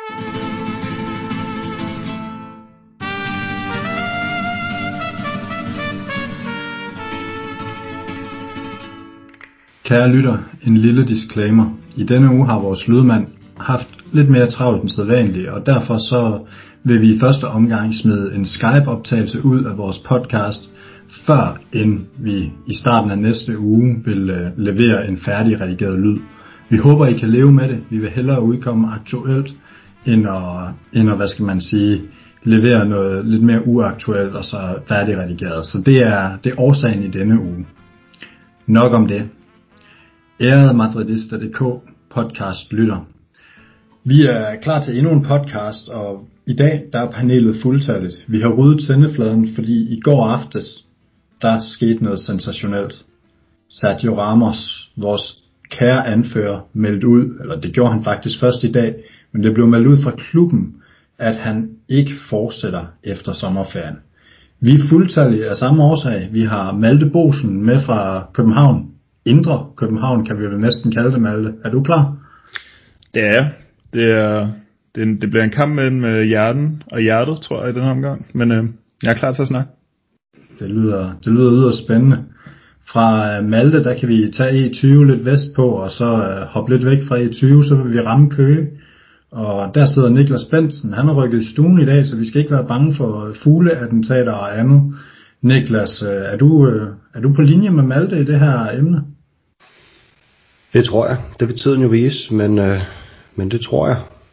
Kære lytter, en lille disclaimer. I denne uge har vores lydmand haft lidt mere travlt end sædvanligt, og derfor så vil vi i første omgang smide en Skype-optagelse ud af vores podcast, før end vi i starten af næste uge vil levere en færdig redigeret lyd. Vi håber, I kan leve med det. Vi vil hellere udkomme aktuelt, end at hvad skal man sige, levere noget lidt mere uaktuelt og så færdig redigeret. Så det er årsagen i denne uge. Nok om det. Ærede Madridista.dk podcast lytter. Vi er klar til endnu en podcast, og i dag der er panelet fuldtalligt. Vi har ryddet sendefladen, fordi i går aftes, der skete noget sensationelt. Sergio Ramos, vores kære anfører, meldte ud, eller det gjorde han faktisk først i dag, men det blev meldt ud fra klubben, at han ikke fortsætter efter sommerferien. Vi er fuldtallige af samme årsag. Vi har Malte Bosen med fra København. Indre København kan vi jo næsten kalde det, Malte. Er du klar? Det er jeg. Det bliver en kamp med hjertet, tror jeg, i den her omgang. Men jeg er klar til at snakke. Det lyder yderst spændende. Fra Malte, der kan vi tage E20 lidt vest på, og så hoppe lidt væk fra E20, så vil vi ramme Køge. Og der sidder Niklas Bensen. Han har rykket i stuen i dag, så vi skal ikke være bange for fugleattentater og andet. Niklas, er du på linje med Malte i det her emne? Det tror jeg. Det vil tiden jo vise, men det tror jeg.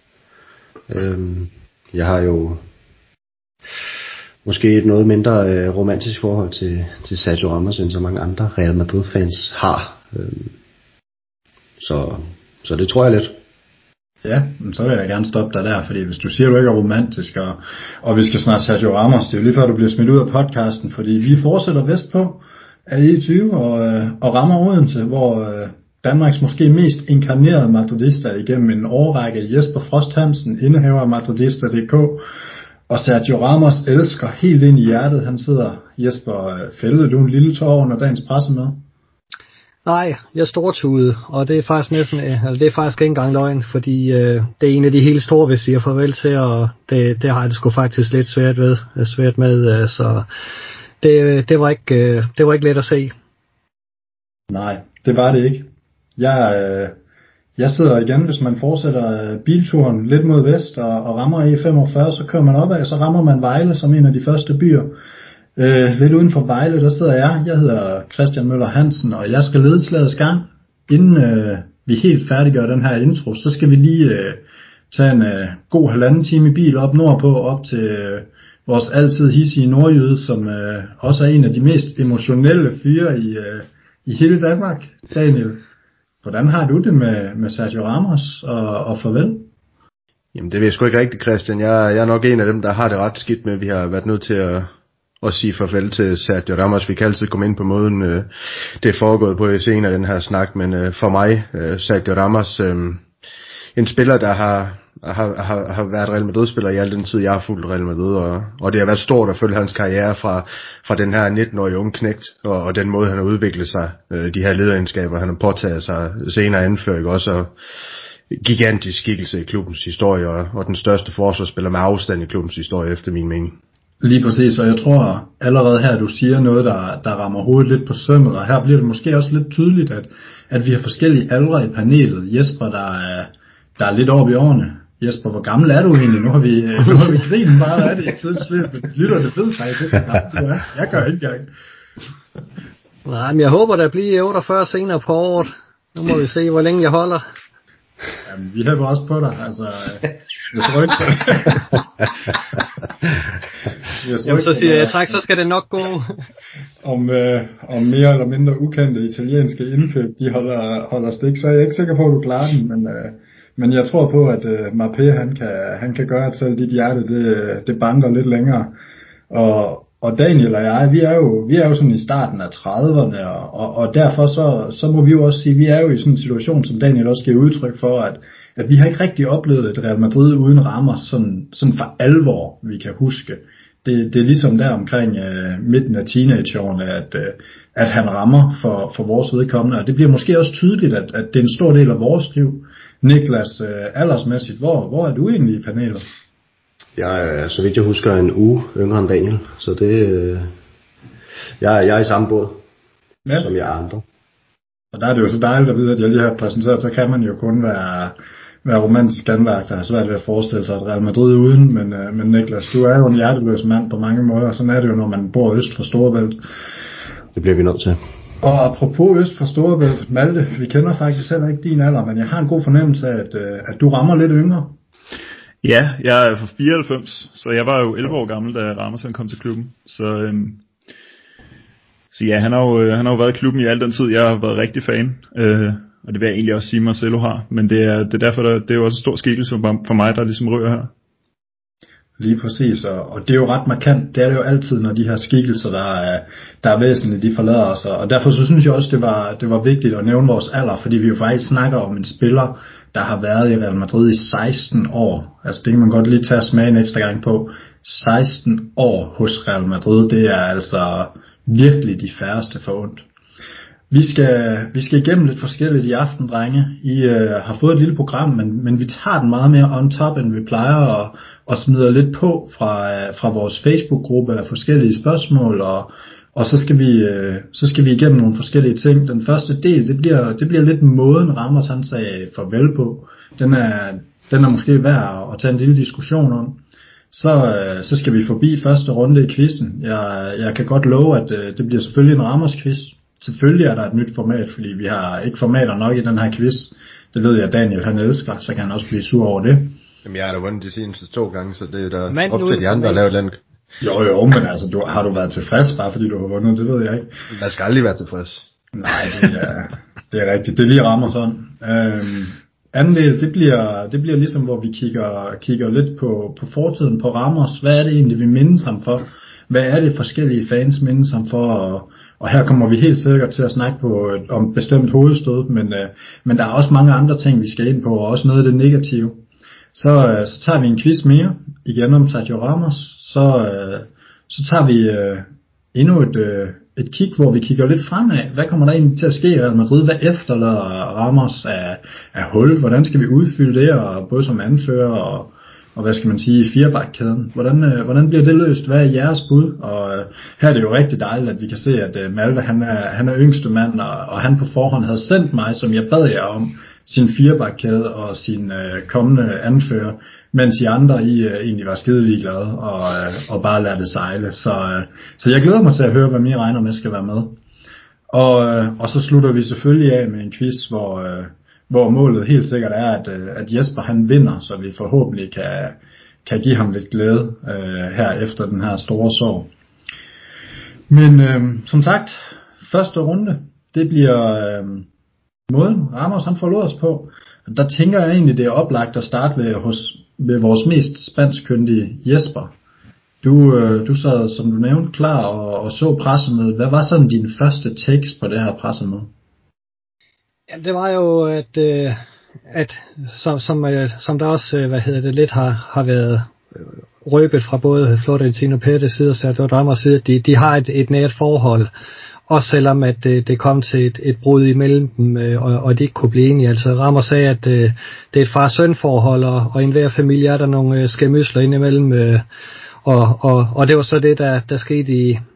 Jeg har jo måske et noget mindre romantisk forhold til Sergio Ramos, end så mange andre Real Madrid-fans har. Så det tror jeg lidt. Ja, så vil jeg gerne stoppe dig der, fordi hvis du siger, du ikke er romantisk, og vi skal snart Sergio Ramos, det er jo lige før, du bliver smidt ud af podcasten, fordi vi fortsætter vestpå af E20 og rammer Odense, hvor Danmarks måske mest inkarnerede madridista igennem en årrække, Jesper Frost Hansen, indehaver af Madridista.dk, og Sergio Ramos elsker helt ind i hjertet. Han sidder, Jesper, fældede du en lille tår under dagens pressemøde? Nej, jeg stortudede, og det er faktisk næsten, altså det er faktisk ikke engang løgn, fordi det er en af de helt store, vi siger farvel til, og det har jeg det sgu faktisk lidt svært med, så det var ikke let at se. Nej, det var det ikke. Jeg sidder igen, hvis man fortsætter bilturen lidt mod vest og rammer E45, så kører man opad, så rammer man Vejle som en af de første byer. Lidt uden for Vejle, der sidder jeg hedder Christian Møller Hansen, og jeg skal lede slagets gang. Inden vi helt færdiggør den her intro, så skal vi lige tage en god 1,5 time i bil op nordpå, op til vores altid hidsige nordjyde, som også er en af de mest emotionelle fyre i hele Danmark. Daniel, hvordan har du det med Sergio Ramos og farvel? Jamen det ved jeg sgu ikke rigtigt, Christian. Jeg er nok en af dem, der har det ret skidt med, at vi har været nødt til at sige farvel til Sergio Ramos. Vi kan altid komme ind på måden, det er foregået på senere den her snak, men for mig, Sergio Ramos, en spiller, der har været Real Madrid-spiller i al den tid, jeg har fulgt Real Madrid, og det har været stort at følge hans karriere fra den her 19-årige unge knægt, og den måde, han har udviklet sig, de her lederegenskaber, han har påtaget sig senere anført, ikke også, gigantisk skikkelse i klubbens historie, og den største forsvarsspiller med afstand i klubbens historie, efter min mening. Lige præcis, og jeg tror allerede her, du siger noget, der rammer hovedet lidt på sømmet, og her bliver det måske også lidt tydeligt, at vi har forskellige aldre i panelet. Jesper, der er lidt oppe i årene. Jesper, hvor gammel er du egentlig? Nu har vi grinet meget af det i tidens løb, men lytter det ved faktisk ikke, hvor gammel du er. Jeg gør ikke engang. Nej, men jeg håber, der bliver 48 senere på året. Nu må vi se, hvor længe jeg holder. Jamen, vi hæber også på dig, altså. Jeg tror ikke. Jamen, så siger jeg tak, så skal det nok gå. Om mere eller mindre ukendte italienske indkøb, de holder stik, så er jeg ikke sikker på, at du klarer den, men jeg tror på, at Mbappé, han kan gøre, at selv dit hjerte, det banker lidt længere. Og Daniel og jeg, vi er jo sådan i starten af 30'erne, og derfor så må vi jo også sige, at vi er jo i sådan en situation, som Daniel også giver udtryk for, at vi har ikke rigtig oplevet et Real Madrid uden rammer, sådan for alvor, vi kan huske. Det er ligesom der omkring midten af teenageårene, at han rammer for vores vedkommende, og det bliver måske også tydeligt, at det er en stor del af vores liv. Niklas, aldersmæssigt, hvor er du egentlig i panelet? Jeg er, så vidt jeg husker, en uge yngre end Daniel, så det, jeg er i samme båd, som jeg andre. Og der er det jo så dejligt at vide, at jeg lige har præsenteret, så kan man jo kun være romantisk anværk, der har svært ved at forestille sig et Real Madrid uden, men Niklas, du er jo en hjerteløs mand på mange måder, sådan er det jo, når man bor øst for Storebælt. Det bliver vi nødt til. Og apropos øst for Storebælt, Malte, vi kender faktisk heller ikke din alder, men jeg har en god fornemmelse af, at du rammer lidt yngre. Ja, jeg er fra 94, så jeg var jo 11 år gammel, da Ramos kom til klubben. Så ja, han har jo været i klubben i al den tid, jeg har været rigtig fan. Og det vil jeg egentlig også sige, Marcelo har. Men det er derfor, det er jo også en stor skikkelse for mig, der ligesom rører her. Lige præcis, og det er jo ret markant. Det er det jo altid, når de her skikkelser, der er væsentlige, de forlader os. Og derfor så synes jeg også, det var vigtigt at nævne vores alder, fordi vi jo faktisk snakker om en spiller, der har været i Real Madrid i 16 år. Altså det kan man godt lige tage smage en ekstra gang på. 16 år hos Real Madrid, det er altså virkelig de færreste forundt. Vi skal igennem lidt forskelligt i aften, drenge. I har fået et lille program, men vi tager den meget mere on top, end vi plejer, og smider lidt på fra vores Facebook-gruppe af forskellige spørgsmål, og så skal vi igennem nogle forskellige ting. Den første del, det bliver lidt måden Ramos han sagde farvel på. Den er måske værd at tage en lille diskussion om. Så skal vi forbi første runde i quizzen. Jeg kan godt love, at det bliver selvfølgelig en Ramos-quiz. Selvfølgelig er der et nyt format, fordi vi har ikke formater nok i den her quiz. Det ved jeg, Daniel han elsker, så kan han også blive sur over det. Jamen jeg har da vundet de seneste 2 gange, så det er da op til de andre at lave den. Jo, men altså, har du været tilfreds, bare fordi du har vundet, det ved jeg ikke. Man skal aldrig være tilfreds. Nej, det er rigtigt. Det lige rammer sådan. Anden del, det bliver ligesom, hvor vi kigger lidt på fortiden, på Ramos. Hvad er det egentlig, vi mindes ham for? Hvad er det forskellige fans mindes ham for? Og her kommer vi helt sikkert til at snakke om bestemt hovedstød, men der er også mange andre ting, vi skal ind på, og også noget af det negative. Så tager vi en quiz mere, igen om Sergio Ramos. Så tager vi endnu et kig, hvor vi kigger lidt fremad. Hvad kommer der egentlig til at ske i Real Madrid? Hvad efterlader Ramos af hul? Hvordan skal vi udfylde det, og både som anfører og hvad skal man sige, i firebakkæden? Hvordan bliver det løst? Hvad er jeres bud? Og her er det jo rigtig dejligt, at vi kan se, at Malte han er yngste mand, og han på forhånd havde sendt mig, som jeg bad jer om, sin firebakkæde og sin kommende anfører, mens I andre egentlig var skidelig glade og bare lade det sejle. Så jeg glæder mig til at høre, hvad I regner med skal være med. Og så slutter vi selvfølgelig af med en quiz, hvor målet helt sikkert er, at Jesper han vinder, så vi forhåbentlig kan give ham lidt glæde her efter den her store sorg. Men som sagt, første runde, det bliver måden Ramos han forlod os på. Der tænker jeg egentlig, det er oplagt at starte ved vores mest spanskkyndige Jesper. Du sad, som du nævnte, klar og så pressemødet. Hvad var sådan dine første takes på det her pressemøde? Ja, det var jo, at som der også, lidt har været røbet fra både Florentino Pérez side og Sergio Ramos side, de har et nært forhold, også selvom at det kom til et brud imellem dem, og de ikke kunne blive enige. Altså Ramos sagde, at det er et far-søn forhold, og i enhver familie er der nogle skærmysler indimellem, og det var så det, der skete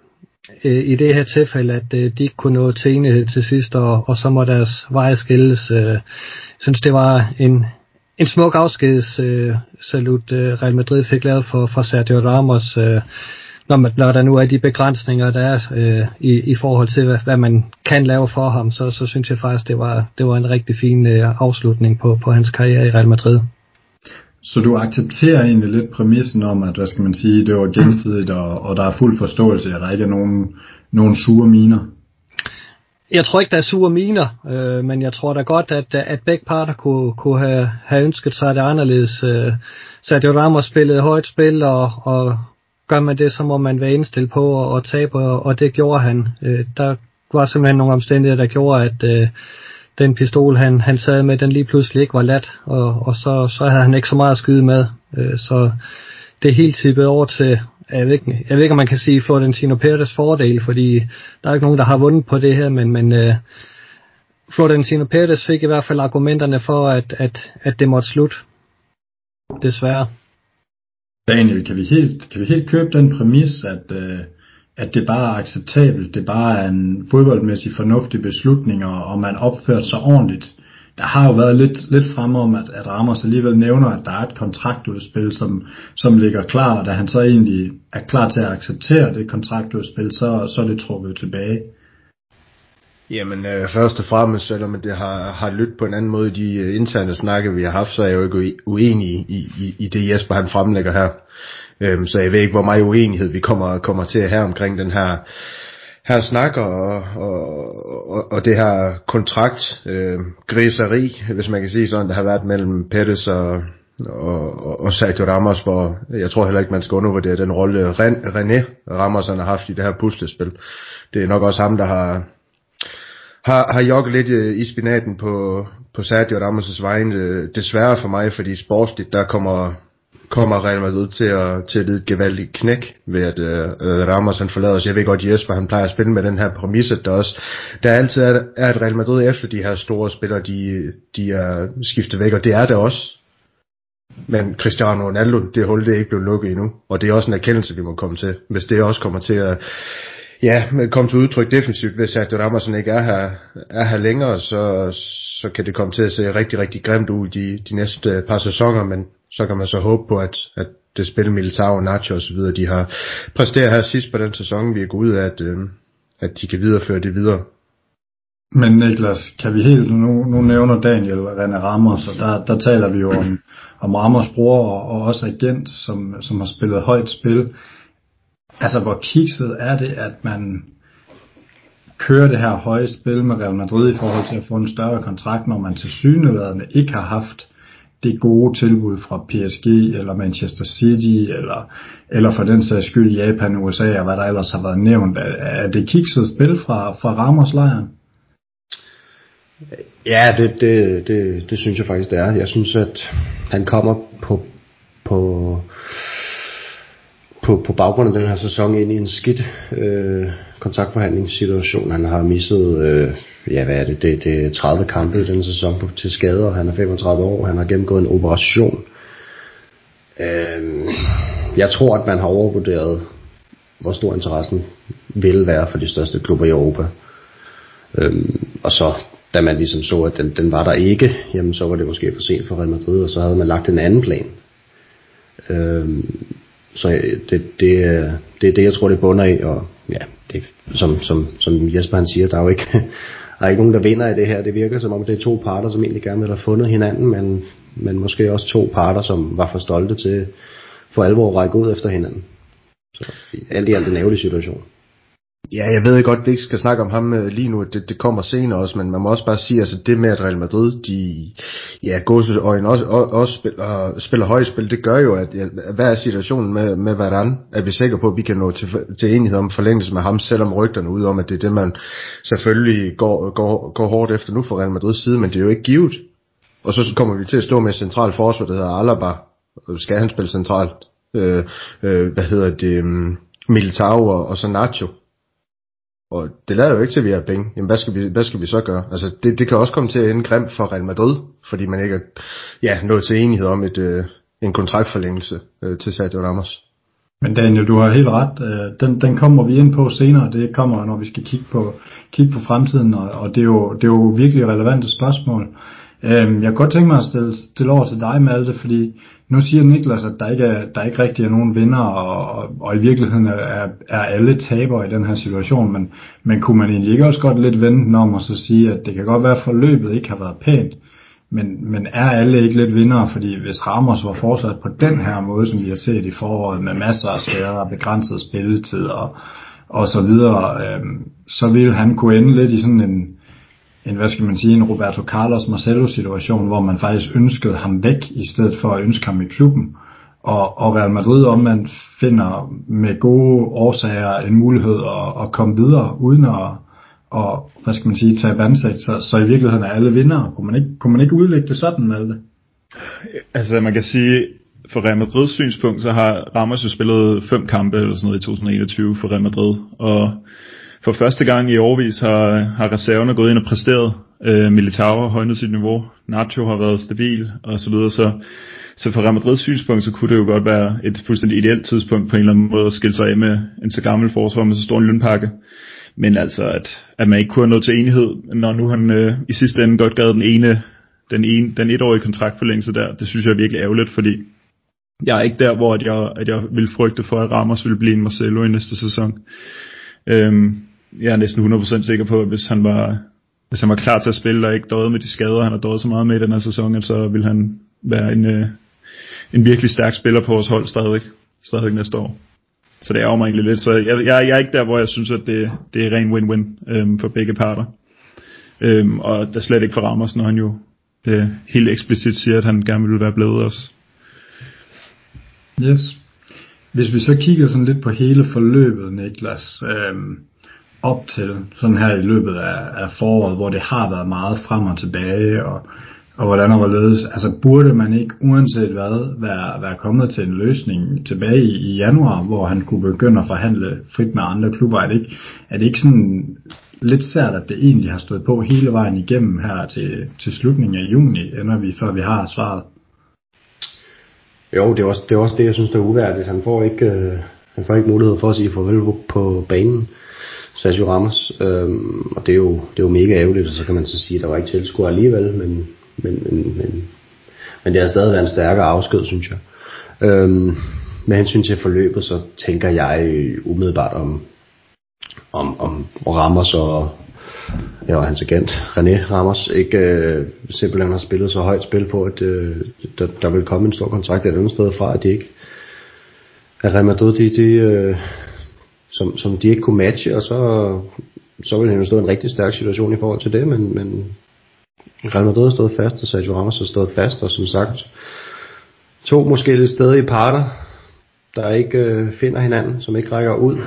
i det her tilfælde, at de ikke kunne nå til enighed til sidst, og så må deres veje skilles. Jeg synes, det var en smuk afskedssalut, Real Madrid fik lavet for Sergio Ramos, når der nu er de begrænsninger, der er i forhold til, hvad man kan lave for ham, så synes jeg faktisk, det var en rigtig fin afslutning på hans karriere i Real Madrid. Så du accepterer egentlig lidt præmissen om, at, hvad skal man sige, det var gensidigt, og der er fuld forståelse, at der ikke er nogen sure miner? Jeg tror ikke, der er sure miner, men jeg tror da godt, at begge parter kunne have ønsket sig det anderledes. Sergio Ramos spillede højt spil, og gør man det, så må man være indstillet på at tabe, og det gjorde han. Der var simpelthen nogle omstændigheder, der gjorde, at den pistol, han sad med, den lige pludselig ikke var lat, og så havde han ikke så meget at skyde med. Så det er helt tippet over til, jeg ved ikke, om man kan sige Florentino Pérez fordel, fordi der er ikke nogen, der har vundet på det her, men Florentino Pérez fik i hvert fald argumenterne for, at det måtte slutte. Desværre. Daniel, kan vi helt købe den præmis, at det bare er acceptabelt, det bare er en fodboldmæssig fornuftig beslutning, og man opfører sig ordentligt? Der har jo været lidt frem om, at Ramos alligevel nævner, at der er et kontraktudspil, som ligger klar, og da han så egentlig er klar til at acceptere det kontraktudspil, så er det trukket tilbage. Jamen, først og fremmest, selvom det har lyttet på en anden måde i de interne snakke, vi har haft, så er jeg jo ikke uenig i det Jesper han fremlægger her. Så jeg ved ikke, hvor meget uenighed vi kommer til at have omkring den her snakker og det her kontrakt griseri, hvis man kan sige sådan, der har været mellem Pettis og Sergio Ramos, hvor jeg tror heller ikke, man skal undervurdere den rolle René Ramos han har haft i det her puslespil. Det er nok også ham, der har jogget lidt i spinaten på Sergio Ramos' vegne, desværre for mig, fordi sportsligt, der kommer Real Madrid til at lide et gevaldigt knæk ved at Ramos han forlader os. Jeg ved godt, Jesper han plejer at spille med den her præmis, der altid er et Real Madrid efter de her store spillere, de er skiftet væk, og det er det også. Men Cristiano Ronaldo, det hul, det er ikke blevet lukket endnu, og det er også en erkendelse, vi må komme til. Hvis det også kommer til at komme til udtryk defensivt, hvis Sergio Ramos ikke er her længere, så kan det komme til at se rigtig, rigtig grimt ud de næste par sæsoner, men så kan man så håbe på, at det spil Militao og Nacho og så videre, de har præsteret her sidst på den sæson, vi er gået ud af, at de kan videreføre det videre. Men Niklas, kan vi helt, nu nævner Daniel René Ramos, og der taler vi jo om Ramos bror og også agent, som har spillet højt spil. Altså, hvor kikset er det, at man kører det her høje spil med Real Madrid i forhold til at få en større kontrakt, når man tilsyneladende ikke har haft det gode tilbud fra PSG eller Manchester City eller for den sags skyld Japan, USA og hvad der ellers har været nævnt. Er det kikset spil fra Ramos-lejren? Ja, det synes jeg faktisk det er. Jeg synes, at han kommer på baggrund af den her sæson ind i en skidt kontaktforhandlingssituation. Han har misset det er 30 kampe i denne sæson til skader, og han er 35 år. Han har gennemgået en operation. Jeg tror, at man har overvurderet, hvor stor interessen ville være for de største klubber i Europa. Og så, da man ligesom så, at den var der ikke, jamen så var det måske for sent for Real Madrid, og så havde man lagt en anden plan. Så det er det, jeg tror, det bunder i, og ja, det, som Jesper han siger, der er jo ikke, der er ikke nogen, der vinder i det her. Det virker som om, det er to parter, som egentlig gerne vil have fundet hinanden, men måske også to parter, som var for stolte til for alvor at række ud efter hinanden. Så alt i alt en ærgerlig situation. Ja, jeg ved godt, at vi ikke skal snakke om ham lige nu, det kommer senere også, men man må også bare sige, altså det med, at Real Madrid, gåseøjne også spiller højspil, det gør jo, at hvad er situationen med Varane? Er vi sikre på, at vi kan nå til enighed om forlængelse med ham, selvom rygterne ud om, at det er det, man selvfølgelig går hårdt efter nu fra Real Madrids side, men det er jo ikke givet. Og så kommer vi til at stå med et centralt forsvar, der hedder Alaba. Skal han spille centralt? Militao og så Nacho. Og det lader jo ikke til, at vi har penge. Jamen, hvad skal vi så gøre? Altså, det kan også komme til at ende grimt for Real Madrid, fordi man ikke er nået til enighed om en kontraktforlængelse til Sergio Ramos. Men Daniel, du har helt ret. Den kommer vi ind på senere. Det kommer, når vi skal kigge på fremtiden, og det er jo virkelig relevante spørgsmål. Jeg kunne godt tænke mig at stille over til dig, Malte, fordi nu siger Niklas, at der ikke rigtig er nogen vinder, og i virkeligheden er alle tabere i den her situation, men kunne man egentlig ikke også godt lidt vende den om og så sige, at det kan godt være, at forløbet ikke har været pænt, men er alle ikke lidt vindere, fordi hvis Ramos var fortsat på den her måde, som vi har set i foråret, med masser af skader, begrænset spilletid og så videre, så ville han kunne ende lidt i sådan en en Roberto Carlos Marcelo situation, hvor man faktisk ønskede ham væk, i stedet for at ønske ham i klubben. Og Real Madrid omvendt finder med gode årsager en mulighed at komme videre, uden at tage vandsæt. Så i virkeligheden er alle vindere. Kunne man ikke udlægge det sådan, Malte? Altså man kan sige, for Real Madrids synspunkt, så har Ramos jo spillet 5 kampe eller sådan noget i 2021 for Real Madrid, og for første gang i årevis har reserverne gået ind og præsteret. Militao har højnet sit niveau, Nacho har været stabil og så videre, så fra Real Madrids synspunkt, så kunne det jo godt være et fuldstændig ideelt tidspunkt på en eller anden måde at skille sig af med en så gammel forsvar med så stor en lønpakke. Men altså, at man ikke kunne have nået til enighed, når nu han i sidste ende godt gav den etårige kontraktforlængelse der, det synes jeg er virkelig ærgerligt, fordi jeg er ikke der, hvor at jeg ville frygte for, at Ramos ville blive en Marcelo i næste sæson. Jeg er næsten 100% sikker på, at hvis han var klar til at spille og ikke døde med de skader, han har døjet så meget med i den her sæson, så vil han være en virkelig stærk spiller på vores hold stadigvæk næste år. Så det er jo mig egentlig lidt. Så jeg er ikke der, hvor jeg synes, at det er ren win-win for begge parter. Og der slet ikke for Ramos, når han jo helt eksplicit siger, at han gerne vil være blevet også. Yes. Hvis vi så kigger sådan lidt på hele forløbet, Niklas, op til sådan her i løbet af foråret, hvor det har været meget frem og tilbage, og hvordan og hvorledes, altså burde man ikke uanset hvad være kommet til en løsning tilbage i januar, hvor han kunne begynde at forhandle frit med andre klubber? Er det ikke sådan lidt sært, at det egentlig har stået på hele vejen igennem her til slutningen af juni, før vi har svaret? Jo, det er også det, jeg synes, der er uværdigt. Han får ikke mulighed for at sige farvel på banen, Sergio Ramos, og det er jo mega ærgerligt, og så kan man så sige, at der var ikke tilskuere alligevel, men det har stadig været en stærkere afsked, synes jeg. Med hensyn til forløbet, så tænker jeg umiddelbart om Ramos og hans agent René Ramos ikke simpelthen har spillet så højt spil på, at der vil komme en stor kontrakt et andet sted fra, at de ikke at Real Madrid som de ikke kunne matche, og så vil han jo stå i en rigtig stærk situation i forhold til det, men Real Madrid har stået fast, og Sergio Ramos har stået fast, og som sagt, to måske lidt stadige parter, der ikke finder hinanden, som ikke rækker ud.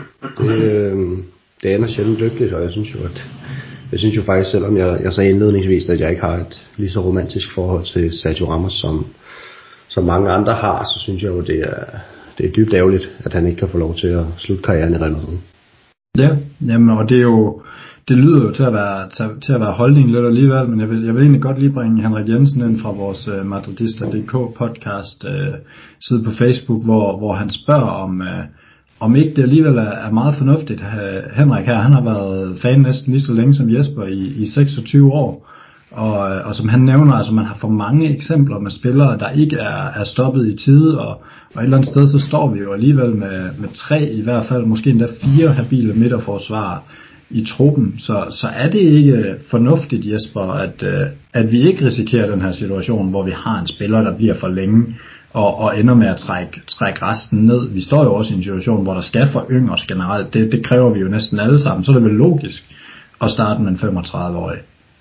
Det ender sjældent lykkeligt, og jeg synes jo faktisk, selvom jeg sagde indledningsvis, at jeg ikke har et lige så romantisk forhold til Sergio Ramos, som mange andre har, så synes jeg jo, det er dybt ærgerligt, at han ikke kan få lov til at slutte karrieren i Real Madrid. Ja, jamen, og det lyder jo til at være holdningen lidt alligevel, men jeg vil egentlig godt lige bringe Henrik Jensen ind fra vores Madridista.dk podcast side på Facebook, hvor han spørger om ikke det alligevel er meget fornuftigt. Henrik her, han har været fan næsten lige så længe som Jesper i 26 år, og som han nævner, altså man har for mange eksempler med spillere, der ikke er stoppet i tide, og et eller andet sted, så står vi jo alligevel med 3, i hvert fald måske endda 4 habile midterforsvar i truppen, så er det ikke fornuftigt, Jesper, at vi ikke risikerer den her situation, hvor vi har en spiller, der bliver for længe, og ender med at trække resten ned. Vi står jo også i en situation, hvor der skal forynges generelt. Det kræver vi jo næsten alle sammen, så er det vel logisk at starte med en 35-årig.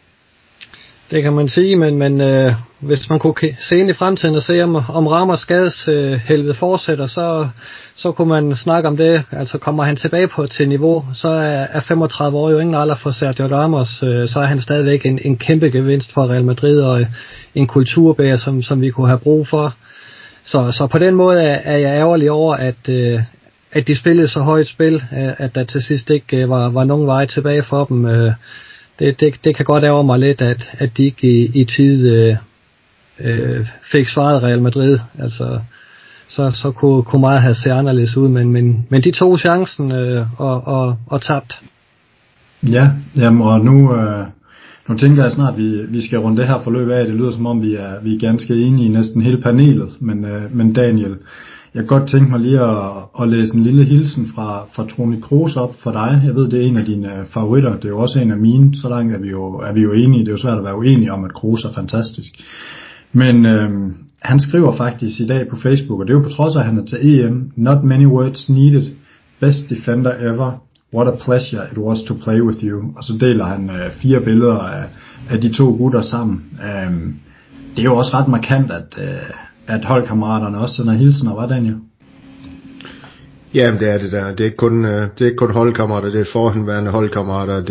Det kan man sige, men hvis man kunne se ind i fremtiden og se, om Ramos skadeshelvede fortsætter, så kunne man snakke om det. Altså kommer han tilbage til niveau, så er 35 år jo ingen alder for Sergio Ramos, så er han stadigvæk en kæmpe gevinst for Real Madrid og en kulturbærer, som vi kunne have brug for. Så på den måde er jeg ærgerlig over, at de spillede så højt spil, at der til sidst ikke var nogen vej tilbage for dem. Det kan godt ærge mig lidt, at de ikke i tid fik svaret Real Madrid. Altså, så kunne meget have set anderledes ud, men de tog chancen og tabt. Ja, jamen, og nu tænker jeg snart, at vi skal runde det her forløb af. Det lyder som om, vi er ganske enige i næsten hele panelet, men Daniel, jeg kan godt tænke mig lige at læse en lille hilsen fra Toni Kroos op for dig. Jeg ved, det er en af dine favoritter. Det er jo også en af mine. Så langt er vi jo enige. Det er jo svært at være uenige om, at Kroos er fantastisk. Men han skriver faktisk i dag på Facebook, og det er jo på trods af, at han er til EM. Not many words needed. Best defender ever. What a pleasure it was to play with you. Og så deler han 4 billeder af de 2 gutter sammen. Det er jo også ret markant, at holdkammeraterne også sender hilsener, var Daniel? Jamen det er det der. Det er ikke kun holdkammerater, det er forhenværende holdkammerater.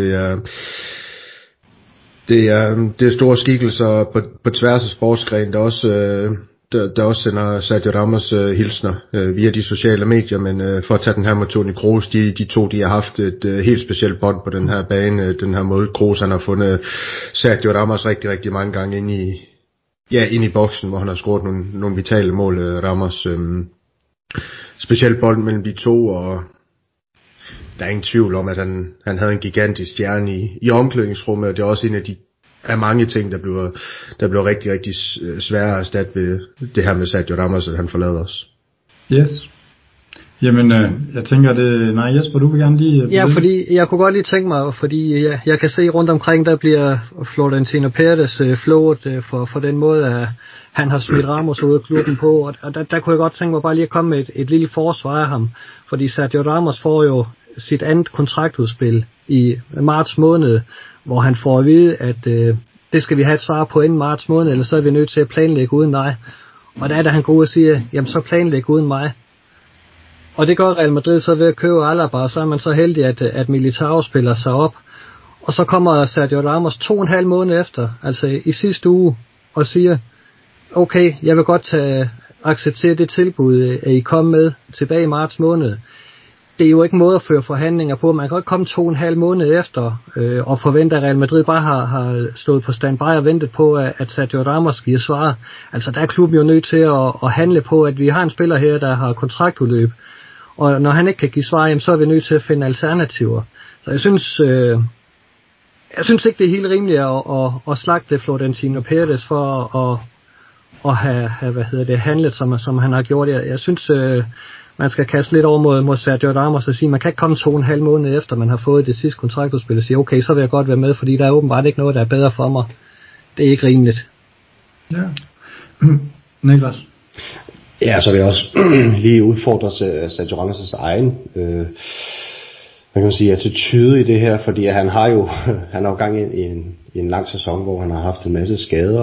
Det er store skikkelser på tværs af sportsgren, der også der også sender Sergio Ramos hilsner via de sociale medier, men for at tage den her med Toni Kroos, de to de har haft et helt specielt bånd på den her bane, den her måde. Kroos han har fundet Sergio Ramos rigtig, rigtig mange gange ind i boksen, hvor han har scoret nogle vitale mål. Ramos specielt bold mellem de to, og der er ingen tvivl om, at han havde en gigantisk stjerne i omklædningsrummet, og det er også en af mange ting, der bliver rigtig, rigtig svære at erstatte ved det her med Sergio Ramos, at han forlader os. Yes. Jamen, jeg tænker det... Nej, Jesper, du vil gerne lige... Ja, fordi jeg kunne godt lige tænke mig, fordi jeg kan se rundt omkring, der bliver Florentino Pérez flået for den måde, at han har smidt Ramos ud af klubben på, og der kunne jeg godt tænke mig bare lige at komme med et lille forsvar af ham, fordi Sergio Ramos får jo sit andet kontraktudspil i marts måned, hvor han får at vide, at det skal vi have et svar på inden marts måned, eller så er vi nødt til at planlægge uden dig. Og der er det, han går ud og siger, jamen så planlæg uden mig. Og det gør Real Madrid så ved at købe Alaba, og så er man så heldig, at Militao spiller sig op. Og så kommer Sergio Ramos 2,5 måneder efter, altså i sidste uge, og siger, okay, jeg vil godt acceptere det tilbud, at I kom med tilbage i marts måned. Det er jo ikke en måde at føre forhandlinger på. Man kan ikke komme 2,5 måneder efter og forvente, at Real Madrid bare har stået på standby og ventet på, at Sergio Ramos giver svar. Altså der er klubben jo nødt til at handle på, at vi har en spiller her, der har kontraktudløb. Og når han ikke kan give svar, jamen, så er vi nødt til at finde alternativer. Så jeg synes ikke, det er helt rimeligt at slagte Florentino Pérez for at have handlet, som han har gjort. Jeg synes, man skal kaste lidt over mod Sergio Ramos og sige, man kan ikke komme 2,5 måneder efter, man har fået det sidste kontraktudspil og sige, okay, så vil jeg godt være med, fordi der er åbenbart ikke noget, der er bedre for mig. Det er ikke rimeligt. Ja. Niklas? Ja, så vil jeg også lige udfordre Sergio Ramos' egen man kan sige, attitude i det her, fordi han har jo gang i en lang sæson, hvor han har haft en masse skader,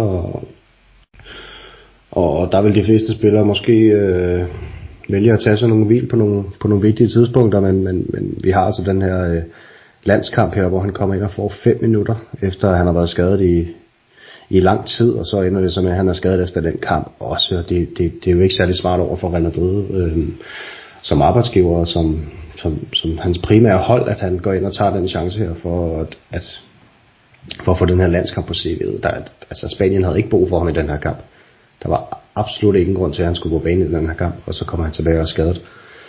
og der vil de fleste spillere måske vælge at tage sig nogle hvil på nogle vigtige tidspunkter, men vi har altså den her landskamp her, hvor han kommer ind og får 5 minutter, efter han har været skadet i lang tid, og så ender det så med, at han er skadet efter den kamp også, og det er jo ikke særlig smart over for Real Madrid som arbejdsgiver, som hans primære hold, at han går ind og tager den chance her for at få den her landskamp på CV'et. Altså Spanien havde ikke brug for ham i den her kamp. Der var absolut ingen grund til, at han skulle på banen i den her kamp, og så kommer han tilbage og er skadet.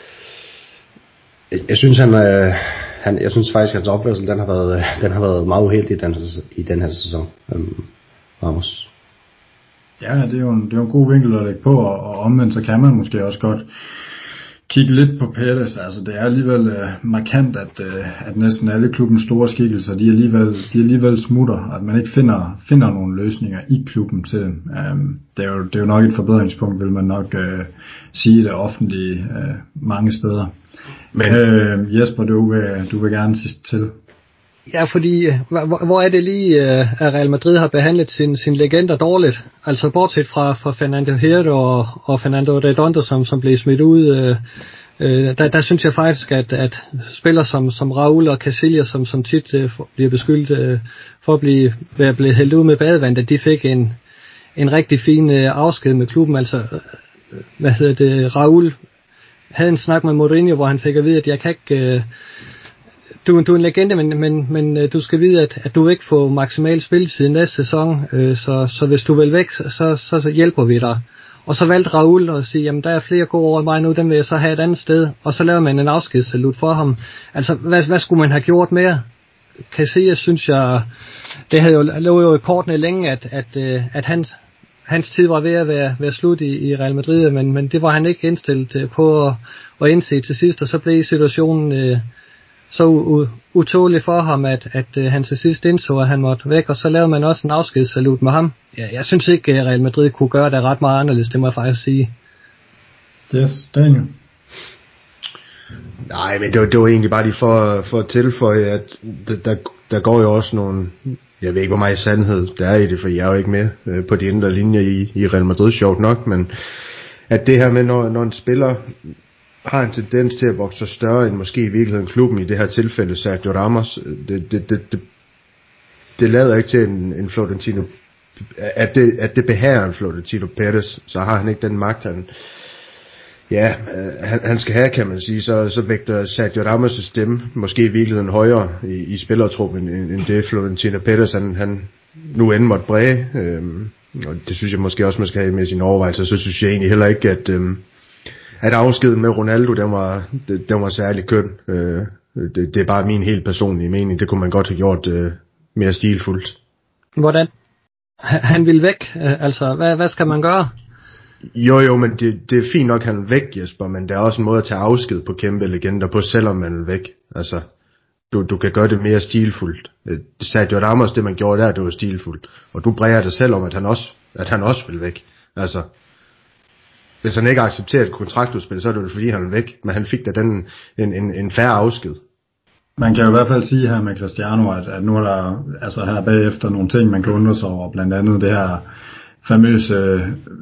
Jeg synes jeg synes faktisk, at hans opførsel den har været meget uheldig i den her sæson. Ramos. Ja, det er jo en god vinkel at lægge på, og omvendt så kan man måske også godt kigge lidt på Pérez. Altså det er alligevel markant, at næsten alle klubbens store skikkelser, de alligevel smutter, at man ikke finder nogle løsninger i klubben til dem. Det er jo nok et forbedringspunkt, vil man nok sige det offentlige mange steder. Men Jesper, du vil gerne til. Ja, fordi hvor er det lige, at Real Madrid har behandlet sin legender dårligt? Altså bortset fra Fernando Hierro og Fernando Redondo, som blev smidt ud. Der synes jeg faktisk, at spillere som Raúl og Casillas, som tit bliver beskyldt for at blive hældt ud med badevand, at de fik en rigtig fin afsked med klubben. Altså, Raúl havde en snak med Mourinho, hvor han fik at vide, at jeg kan ikke... Du er en legende, men du skal vide, at du ikke får maksimal spilletid i næste sæson, så hvis du vil væk, så hjælper vi dig. Og så valgte Raúl at sige, jamen der er flere gode over mig nu, dem vil jeg så have et andet sted, og så lavede man en afskedssalut for ham. Altså, hvad skulle man have gjort mere? Casillas, synes jeg, det havde lå jo i kortene længe, at hans tid var ved at være slut i Real Madrid, men det var han ikke indstillet på at indse til sidst, og så blev situationen så utålig for ham, at han til sidst indså, at han måtte væk, og så lavede man også en afskedssalut med ham. Jeg synes ikke, at Real Madrid kunne gøre det ret meget anderledes, det må jeg faktisk sige. Yes, Daniel. Nej, men det var egentlig bare lige for at tilføje, at der går jo også nogle, jeg ved ikke hvor meget sandhed der er i det, for jeg er jo ikke med på de indre linjer i Real Madrid, sjovt nok, men at det her med, når en spiller har en tendens til at vokse større end måske i virkeligheden klubben, i det her tilfælde Sergio Ramos, det lader ikke til en Florentino at det behager en Florentino Perez, så har han ikke den magt, han skal have, kan man sige. Så vægter Sergio Ramos' stemme måske i virkeligheden højere i spillertruppen, end det Florentino Perez, han nu end måtte bræge. Og det synes jeg måske også, man skal have med sine overvejelser. Så synes jeg egentlig heller ikke, at afskeden med Ronaldo, den var særlig køn. Det er bare min helt personlige mening. Det kunne man godt have gjort mere stilfuldt. Hvordan? Han vil væk. Altså, hvad skal man gøre? Jo, men det er fint nok, han er væk, Jesper, men der er også en måde at tage afsked på kæmpe legender på, selvom man er væk. Altså, du kan gøre det mere stilfuldt. Sergio Ramos, det man gjorde der, det var stilfuldt. Og du bræger det selv om, at han også vil væk. Altså, hvis han ikke accepterer et kontraktudspil, så er det fordi, han er væk. Men han fik da en fair afsked. Man kan jo i hvert fald sige her med Cristiano, at nu er der altså her bagefter nogle ting, man kan undre sig over. Blandt andet det her famøse,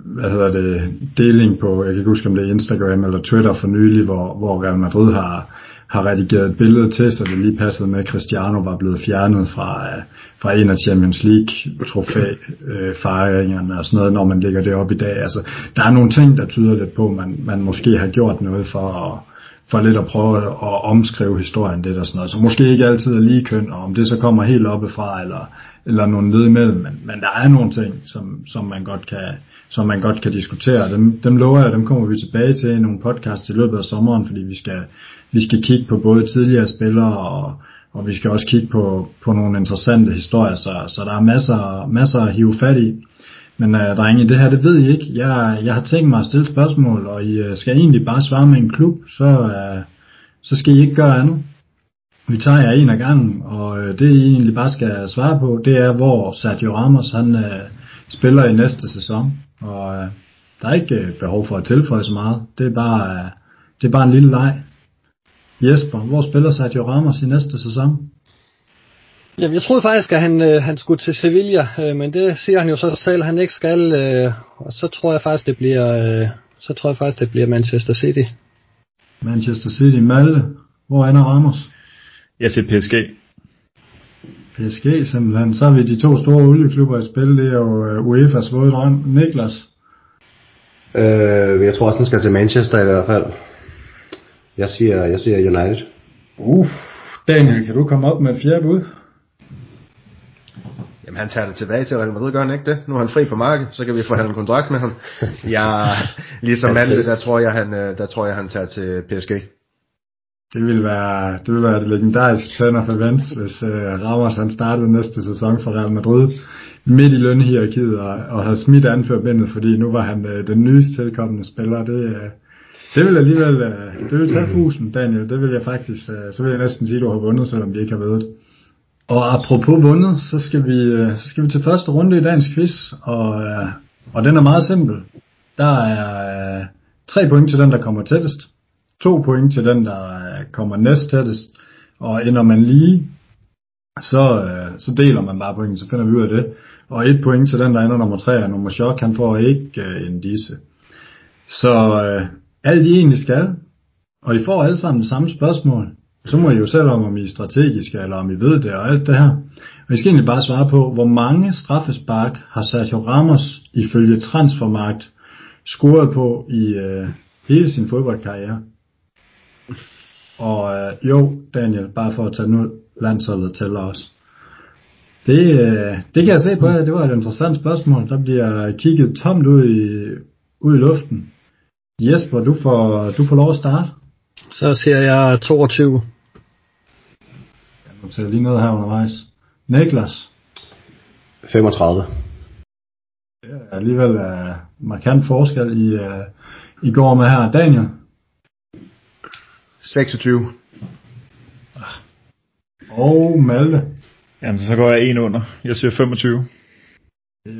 deling på, jeg kan ikke huske om det er Instagram eller Twitter for nylig, hvor Real Madrid har redigeret et billede til, så det lige passede med, at Cristiano var blevet fjernet fra en af Champions League trofæ-fejringerne og sådan noget, når man lægger det op i dag. Altså, der er nogle ting, der tyder lidt på, man måske har gjort noget for lidt at prøve at omskrive historien lidt og sådan noget, så måske ikke altid er lige køn, og om det så kommer helt oppefra, eller nogle led imellem, men der er nogle ting, som man godt kan diskutere. Dem lover jeg, dem kommer vi tilbage til i nogle podcasts i løbet af sommeren, fordi vi skal kigge på både tidligere spillere, og vi skal også kigge på nogle interessante historier, så der er masser at hive fat i. Men drenge, det her, det ved I ikke. Jeg har tænkt mig at stille spørgsmål, og I skal egentlig bare svare med en klub, så skal I ikke gøre andet. Vi tager jer en af gangen, og det I egentlig bare skal svare på, det er, hvor Sergio Ramos han spiller i næste sæson. Og der er ikke behov for at tilføje så meget. Det er bare en lille leg. Jesper, hvor spiller Sergio Ramos i næste sæson? Jamen, jeg troede faktisk, at han skulle til Sevilla, men det siger han jo så selv, han ikke skal. Og så tror jeg faktisk, det bliver Manchester City. Manchester City, Malte. Hvor ender Ramos? Jeg siger PSG. PSG simpelthen. Så har vi de to store olieklubber i spil. Det er jo UEFA's våde drøm. Niklas? Jeg tror også, han skal til Manchester i hvert fald. Jeg siger United. Daniel, kan du komme op med et fjerde bud? Jamen, han tager det tilbage til Real Madrid, gør han ikke det? Nu er han fri på markedet, så kan vi forhandle en kontrakt med ham. Ligesom Malte, der tror jeg, han tager til PSG. Det vil være det legendariske turn of events, hvis Ramos han startede næste sæson for Real Madrid midt i lønhierarkiet og havde smidt anførbindet, fordi nu var han den nyeste tilkommende spiller. Det vil alligevel det vil tage fusen, Daniel. Det vil jeg faktisk, så vil jeg næsten sige, at du har vundet, selvom de ikke har vundet. Og apropos vundet, så skal vi til første runde i dagens quiz, og den er meget simpel. Der er 3 point til den, der kommer tættest, 2 point til den, der kommer næst tættest, og ender man lige, så deler man bare pointen, så finder vi ud af det. Og 1 point til den, der ender nummer 3, og nummer chok, han får ikke en disse. Så alt I egentlig skal, og I får alle sammen det samme spørgsmål, så må I jo selv om I er strategiske, eller om I ved det, og alt det her. Og I skal egentlig bare svare på, hvor mange straffespark har Sergio Ramos ifølge Transfermarkt scoret på i hele sin fodboldkarriere. Og Daniel, bare for at tage nu landsholdet tæller os. Det kan jeg se på jer, det var et interessant spørgsmål. Der bliver kigget tomt ud i luften. Jesper, du får lov at starte. Så siger jeg 22. Jeg noterer lige noget her undervejs. Niklas? 35. Det er alligevel markant forskel I går med her. Daniel? 26. Og Malte? Jamen, så går jeg en under. Jeg siger 25. Det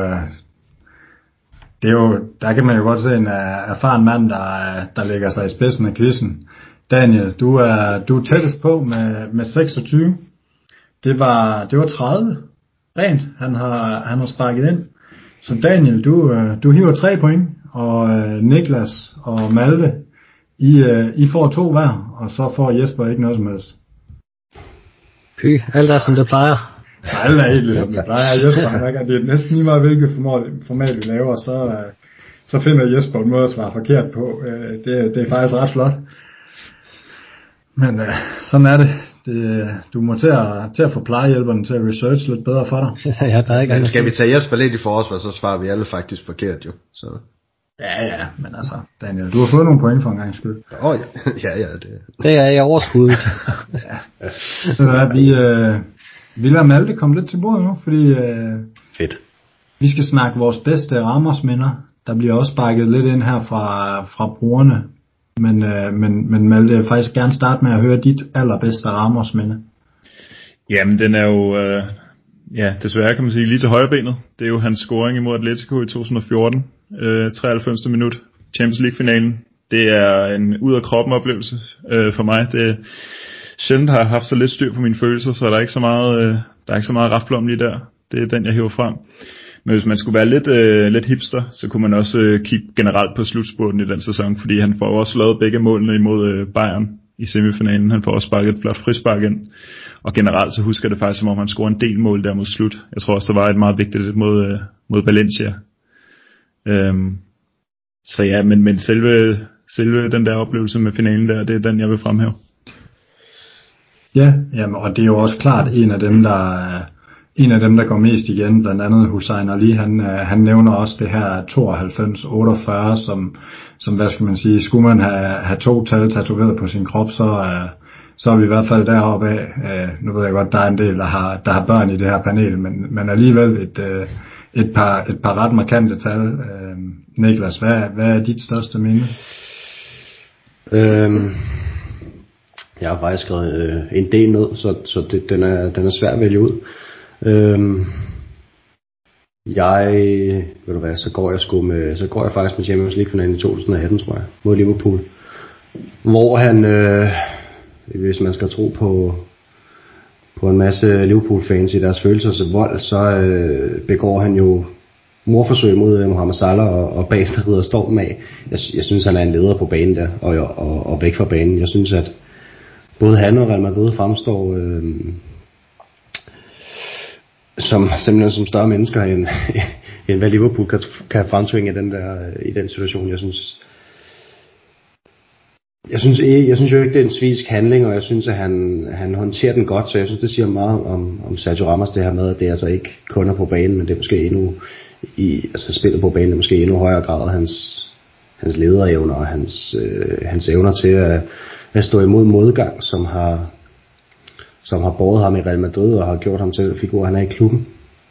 er jo, der kan man jo godt se en erfaren mand, der lægger sig i spidsen af quizzen. Daniel, du er tættest på med 26. Det var 30. Rent, han har sparket ind. Så Daniel, du hiver 3 point, og Niklas og Malte, I får 2 hver, og så får Jesper ikke noget som helst. Alt er som det plejer. Så alle er helt ligesom det plejer. Jesper, det er næsten lige meget, hvilket format vi laver, så finder Jesper en måde at svare forkert på. Det er faktisk ret flot. Men sådan er det. Du må til at få plejehjælperne til at research lidt bedre for dig. Ja, der er ikke. Men skal vi tage Jesper lidt i forsvar, så svarer vi alle faktisk forkert jo. Så. Ja, men altså, Daniel, du har fået nogle point for en gang skyld. Ja, det er i overskuddet. Ja. Så vi lader Malte komme lidt til bordet nu, fordi fedt. Vi skal snakke vores bedste Ramos-minder. Der bliver også bakket lidt ind her fra brugerne. Men Malte, jeg vil faktisk gerne starte med at høre dit allerbedste Ramos-minde. Jamen, den er jo, desværre kan man sige, lige til højrebenet. Det er jo hans scoring imod Atletico i 2014, 93. minut, Champions League-finalen. Det er en ud-af-kroppen oplevelse for mig. Det er sjældent har jeg haft så lidt styr på mine følelser, så der er ikke så meget raflom lige der. Det er den, jeg hiver frem. Men hvis man skulle være lidt hipster, så kunne man også kigge generelt på slutspurten i den sæson, fordi han får også lavet begge målene imod Bayern i semifinalen. Han får også sparket et flot frispark ind. Og generelt så husker jeg det faktisk, som om han scorer en del mål der mod slut. Jeg tror også, der var et meget vigtigt mod Valencia. Så ja, men selve den der oplevelse med finalen der, det er den, jeg vil fremhæve. Ja, jamen, og det er jo også klart en af dem, der går mest igen, blandt andet Hussein Ali, han nævner også det her 92-48, som hvad skal man sige, skulle man have 2 tal tatoveret på sin krop, så er vi i hvert fald deroppe af. Nu ved jeg godt, der er en del, der har børn i det her panel, men alligevel et par ret markante tal. Niklas, hvad er dit største minde? Jeg har faktisk skrevet en del ned, så den er svær at vælge ud. Så går jeg faktisk med Champions League finalen i 2018, tror jeg, mod Liverpool. Hvor han, hvis man skal tro på en masse Liverpool-fans i deres følelser til vold, så begår han jo mordforsøg mod Mohamed Salah og bagefter rider stormen af. Jeg synes, han er en leder på banen der, og væk fra banen. Jeg synes, at både han og Real Madrid fremstår simpelthen som større mennesker end hvad Liverpool kan fremtvinge i den situation. Jeg synes jo ikke, det er en svisk handling, og jeg synes, at han håndterer den godt, så jeg synes, det siger meget om Sergio Ramos, det her med, at det altså ikke kun er på banen, men det er måske endnu, spillet på banen er måske endnu højere grad hans lederevner og hans evner til at stå imod modgang, som har båret ham i Real Madrid og har gjort ham til den figur, han er i klubben.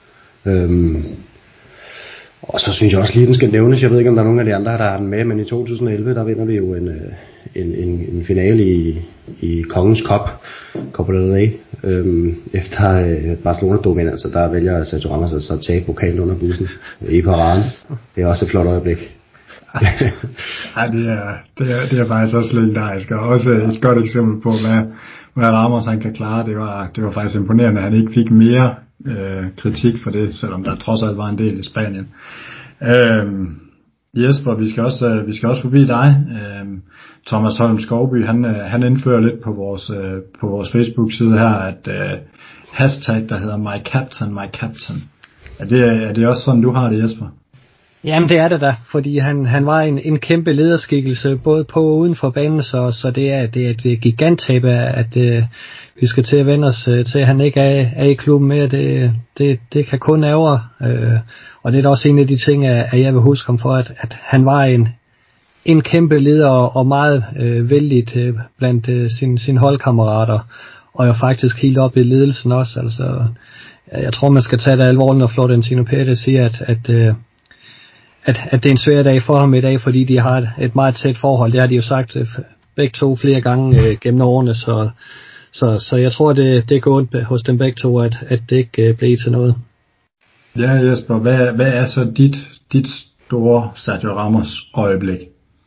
Og så synes jeg også lige, den skal nævnes. Jeg ved ikke, om der er nogen af de andre, der har den med, men i 2011, der vinder vi jo en finale i Kongens Cup, Copa del Rey, efter Barcelona-dominans, så der vælger Sergio Ramos at så tage pokalen under bussen i paraden. Det er også et flot øjeblik. Ja, det er faktisk også legendarisk, og også et godt eksempel på, hvad Ramos han kan klare. Det var faktisk imponerende, at han ikke fik mere kritik for det, selvom der trods alt var en del i Spanien. Jesper, vi skal også forbi dig. Thomas Holm Skovby, han indfører lidt på vores Facebook-side her, at hashtag, der hedder my captain. Er det også sådan, du har det, Jesper? Jamen det er det da, fordi han var en kæmpe lederskikkelse, både på og uden for banen, så det er et giganttab, at vi skal til at vende os til, at han ikke er i klubben mere. Det kan kun ærgre, og det er da også en af de ting, at jeg vil huske ham for, at han var en kæmpe leder og meget vældigt blandt sine holdkammerater, og jeg faktisk helt op i ledelsen også. Altså, jeg tror, man skal tage det alvorligt, når Florentino Pérez siger, at det er en svær dag for ham i dag, fordi de har et meget tæt forhold. Det har de jo sagt begge to flere gange gennem årene, så jeg tror, det går ondt hos dem begge to, at det ikke bliver til noget. Ja, Jesper, hvad er så dit store Sergio Ramos øjeblik?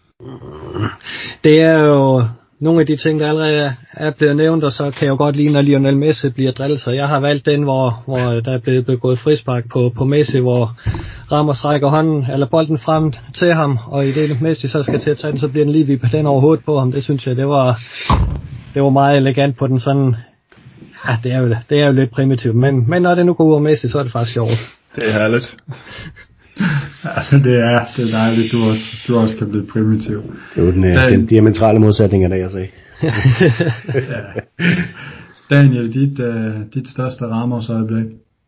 Det er jo nogle af de ting, der allerede er blevet nævnt, og så kan jeg jo godt lide, når Lionel Messi bliver drillet, så jeg har valgt den, hvor der er blevet begået frispark på Messi, hvor Ramos rækker hånden eller bolden frem til ham, og i det Messi så skal til at tage den, så bliver den lige vippet den over hovedet på ham. Det synes jeg, det var meget elegant på den sådan Ja, det er jo lidt primitivt, men når det nu går ud over Messi, så er det faktisk sjovt. Det er herligt. Altså, det er dejligt, du også kan blive primitiv. Det er jo den diametrale modsætning af det, jeg sagde. Ja. Daniel, dit største Ramos-øjeblik?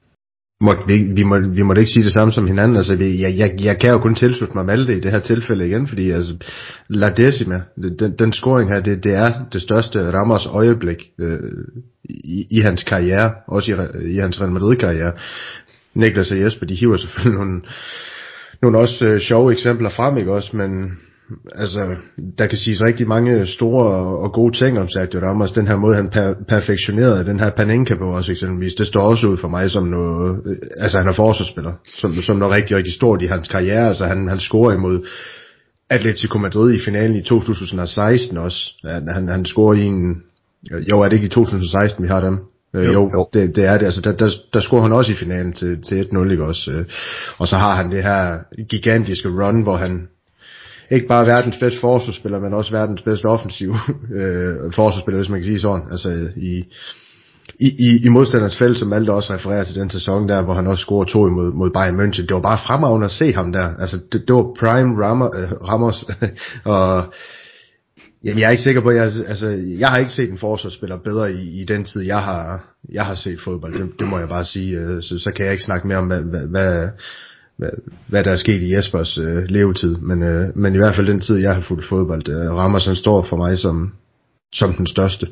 Vi måtte ikke sige det samme som hinanden. Altså, jeg kan jo kun tilslutte mig Malte i det her tilfælde igen, fordi altså, La Decima, den scoring her, det er det største Ramos øjeblik i hans karriere, også i hans Real Madrid-karriere. Niklas og Jesper, de hiver selvfølgelig nogle også sjove eksempler frem, ikke også, men altså, der kan siges rigtig mange store og gode ting om Sergio Ramos. Den her måde, han perfektionerede den her Panenka på os eksempelvis, det står også ud for mig som noget, altså han er forsvarsspiller, som noget rigtig, rigtig stort i hans karriere. Altså han scorer imod Atletico Madrid i finalen i 2016 også. Han scorer i en, jo er det ikke i 2016, vi har dem? Jo. Det er det. Altså, der scorer han også i finalen til 1-0, ikke også? Og så har han det her gigantiske run, hvor han ikke bare verdens bedste forsvarsspiller, men også verdens bedste offensiv forsvarsspiller, hvis man kan sige sådan. Altså i modstanderens felt, som Malte også refererer til den sæson der, hvor han også scorer 2 mod Bayern München. Det var bare fremragende at se ham der. Altså det var prime Ramos og jamen, jeg er ikke sikker på, jeg har ikke set en forsvarsspiller bedre i den tid, jeg har set fodbold. Det må jeg bare sige. Så kan jeg ikke snakke mere om, hvad der er sket i Jespers levetid. Men i hvert fald den tid, jeg har fulgt fodbold. Ramos, han står for mig som den største.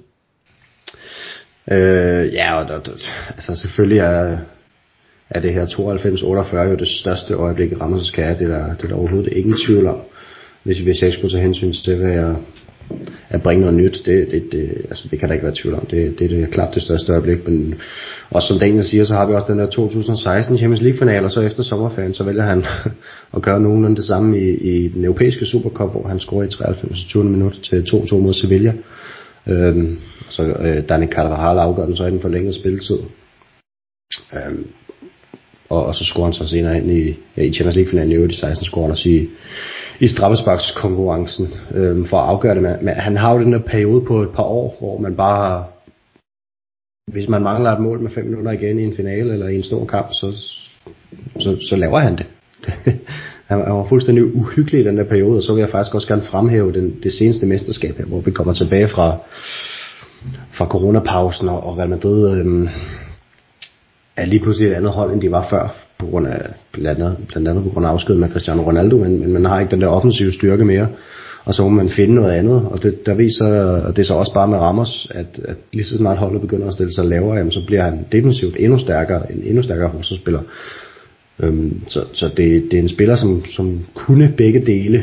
Ja, altså selvfølgelig er det her 92-48 jo det største øjeblik i Ramos' karriere. Det er der overhovedet ingen tvivl om. Hvis jeg skulle tage hensyn til det, at bringe noget nyt, altså det kan der ikke være tvivl om. Det er klart det største øjeblik, men også som Daniel siger, så har vi også den der 2016 Champions League final, og så efter sommerferien, så vælger han at gøre nogenlunde det samme i den europæiske Supercup, hvor han scorer i 93. 20. minut til 2-2 mod Sevilla. Så Dani Carvajal afgør den så i den forlængede spilletid. Og så scorer han så senere ind i Champions League finalen i øvrigt i 16, scorer han også i straffesparkskonkurrencen for at afgøre det. Men han har jo den der periode på et par år, hvor man bare, hvis man mangler et mål med 5 minutter igen i en finale eller i en stor kamp, så laver han det. Han var fuldstændig uhyggelig i den der periode, og så vil jeg faktisk også gerne fremhæve det seneste mesterskab her, hvor vi kommer tilbage fra coronapausen, og Real Madrid er lige pludselig et andet hold, end de var før, på grund af blandt andet på grund af afskeden med Cristiano Ronaldo, men man har ikke den der offensive styrke mere, og så må man finde noget andet, og der viser, og det er så også bare med Ramos, at lige så snart holdet begynder at stille sig lavere, jamen, så bliver han defensivt endnu stærkere forsvarsspiller. Så det er en spiller, som kunne begge dele,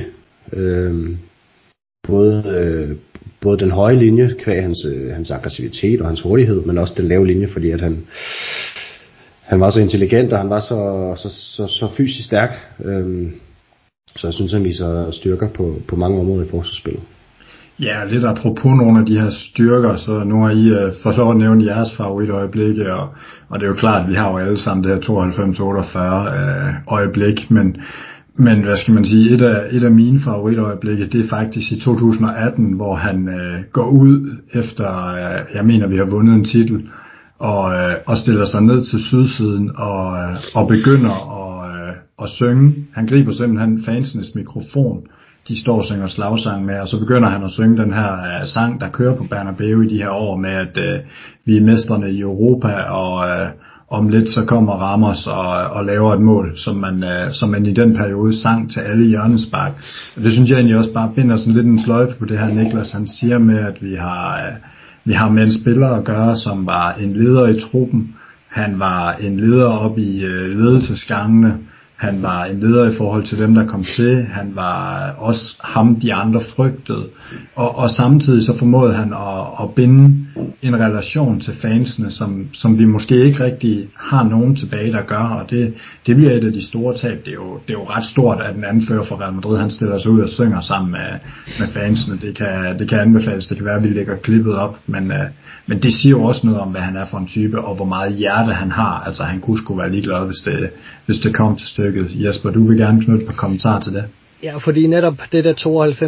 både den høje linje, kvæg hans aggressivitet og hans hurtighed, men også den lave linje, fordi at han var så intelligent, og han var så fysisk stærk. Så jeg synes, han viser styrker på mange områder i forsvarsspillet. Ja, lidt apropos nogle af de her styrker, så nu har I fået lov at nævne jeres favoritøjeblikke, og det er jo klart, at vi har jo alle sammen det her 92-48 øjeblik, men hvad skal man sige, et af mine favoritøjeblikke, det er faktisk i 2018, hvor han går ud efter, jeg mener, vi har vundet en titel, og stiller sig ned til sydsiden og begynder at synge. Han griber simpelthen fansenes mikrofon, de står og synger slagsang med, og så begynder han at synge den her sang, der kører på Bernabeu i de her år med, at vi er mestrene i Europa, og om lidt så kommer Ramos og laver et mål, som man i den periode sang til alle hjørnespark. Og det synes jeg egentlig også bare binder sådan lidt en sløjfe på det her, Niklas han siger med, at vi har med en spiller at gøre, som var en leder i truppen. Han var en leder op i ledelsesgangene. Han var en leder i forhold til dem, der kom til. Han var også ham, de andre frygtede. Og samtidig så formåede han at binde en relation til fansene, som vi måske ikke rigtig har nogen tilbage, der gør. Og det bliver et af de store tab. Det er jo ret stort, at en anfører for Real Madrid, han stiller sig ud og synger sammen med fansene. Det kan anbefales. Det kan være, at vi lægger klippet op. Men det siger jo også noget om, hvad han er for en type, og hvor meget hjerte han har. Altså han kunne sgu være ligeglad, hvis det kom til stykket. Jesper, du vil gerne knytte et par kommentarer til det? Ja, fordi netop det der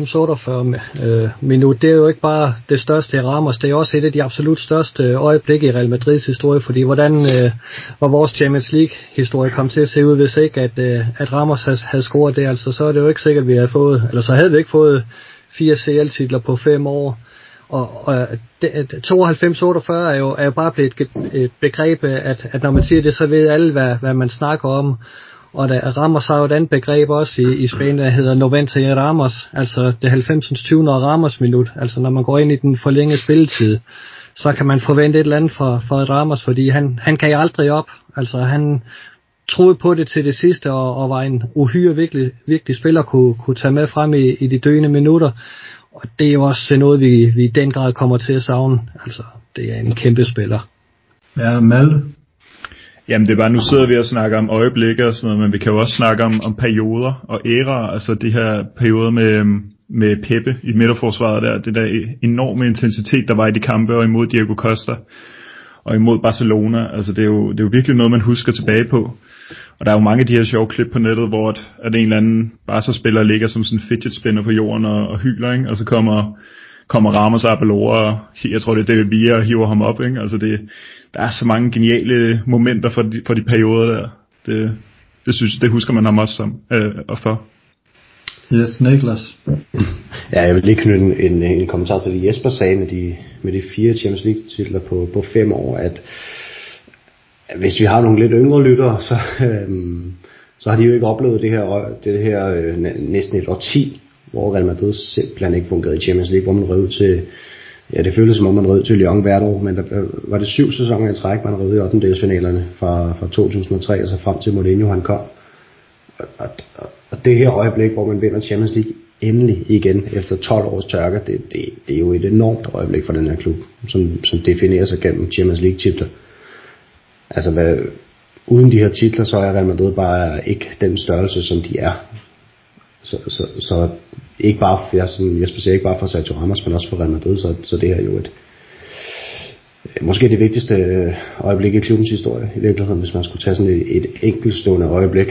92-48 minut, det er jo ikke bare det største i Ramos, det er også et af de absolut største øjeblikke i Real Madrids historie, fordi hvordan var vores Champions League-historie kom til at se ud, hvis ikke at Ramos havde scoret det, altså så er det jo ikke sikkert, at vi havde fået, eller så havde vi ikke fået 4 CL-titler på 5 år. Og 92-48 er jo bare blevet et begreb, at når man siger det, så ved alle, hvad man snakker om. Og der Ramos har jo et andet begreb også i Spanien, der hedder 90 Ramos, altså det 90. 20. Ramos minut. Altså når man går ind i den forlængede spilletid, så kan man forvente et eller andet for Ramos, fordi han kan jo aldrig op. Altså han troede på det til det sidste, og var en uhyre vigtig spiller, kunne tage med frem i de døende minutter. Og det er jo også noget, vi i den grad kommer til at savne. Altså, det er en kæmpe spiller. Ja, Malte? Jamen det er bare, nu sidder vi og snakker om øjeblikke og sådan noget, men vi kan jo også snakke om perioder og æraer, altså de her perioder med Pepe i midterforsvaret der, det der enorme intensitet, der var i de kampe og imod Diego Costa og imod Barcelona, altså det er jo virkelig noget, man husker tilbage på. Og der er jo mange af de her sjove klip på nettet, hvor at en eller anden Barca-spiller ligger som sådan en fidget spinner på jorden og hylder, ikke? Og så kommer Ramos og Arbeloa, og jeg tror det er David Villa, og hiver ham op, ikke? Altså der er så mange geniale momenter for de perioder der. Det husker man ham også som og for. Yes, Niklas. Ja, jeg vil lige knytte en kommentar til det Jesper sagde med de 4 Champions League titler på 5 år, at hvis vi har nogle lidt yngre lyttere, så har de jo ikke oplevet det her næsten et årti, hvor Real Madrid simpelthen ikke fungerede i Champions League, hvor man rød til, ja, det føltes som om man rød til Lyon hvert år, men der var det 7 sæsoner i træk, man rød i 8-delsfinalerne fra 2003 og så frem til Mourinho han kom. Og det her øjeblik, hvor man vinder Champions League endelig igen efter 12 års tørke, det er jo et enormt øjeblik for den her klub, som definerer sig gennem Champions League titler. Altså uden de her titler, så er Real Madrid bare ikke den størrelse, som de er. Så ikke bare, som Jesper siger, ikke bare for Sergio Ramos, men også for Real Madrid, så det er jo måske det vigtigste øjeblik i klubbens historie, i virkeligheden, hvis man skulle tage sådan et enkeltstående øjeblik.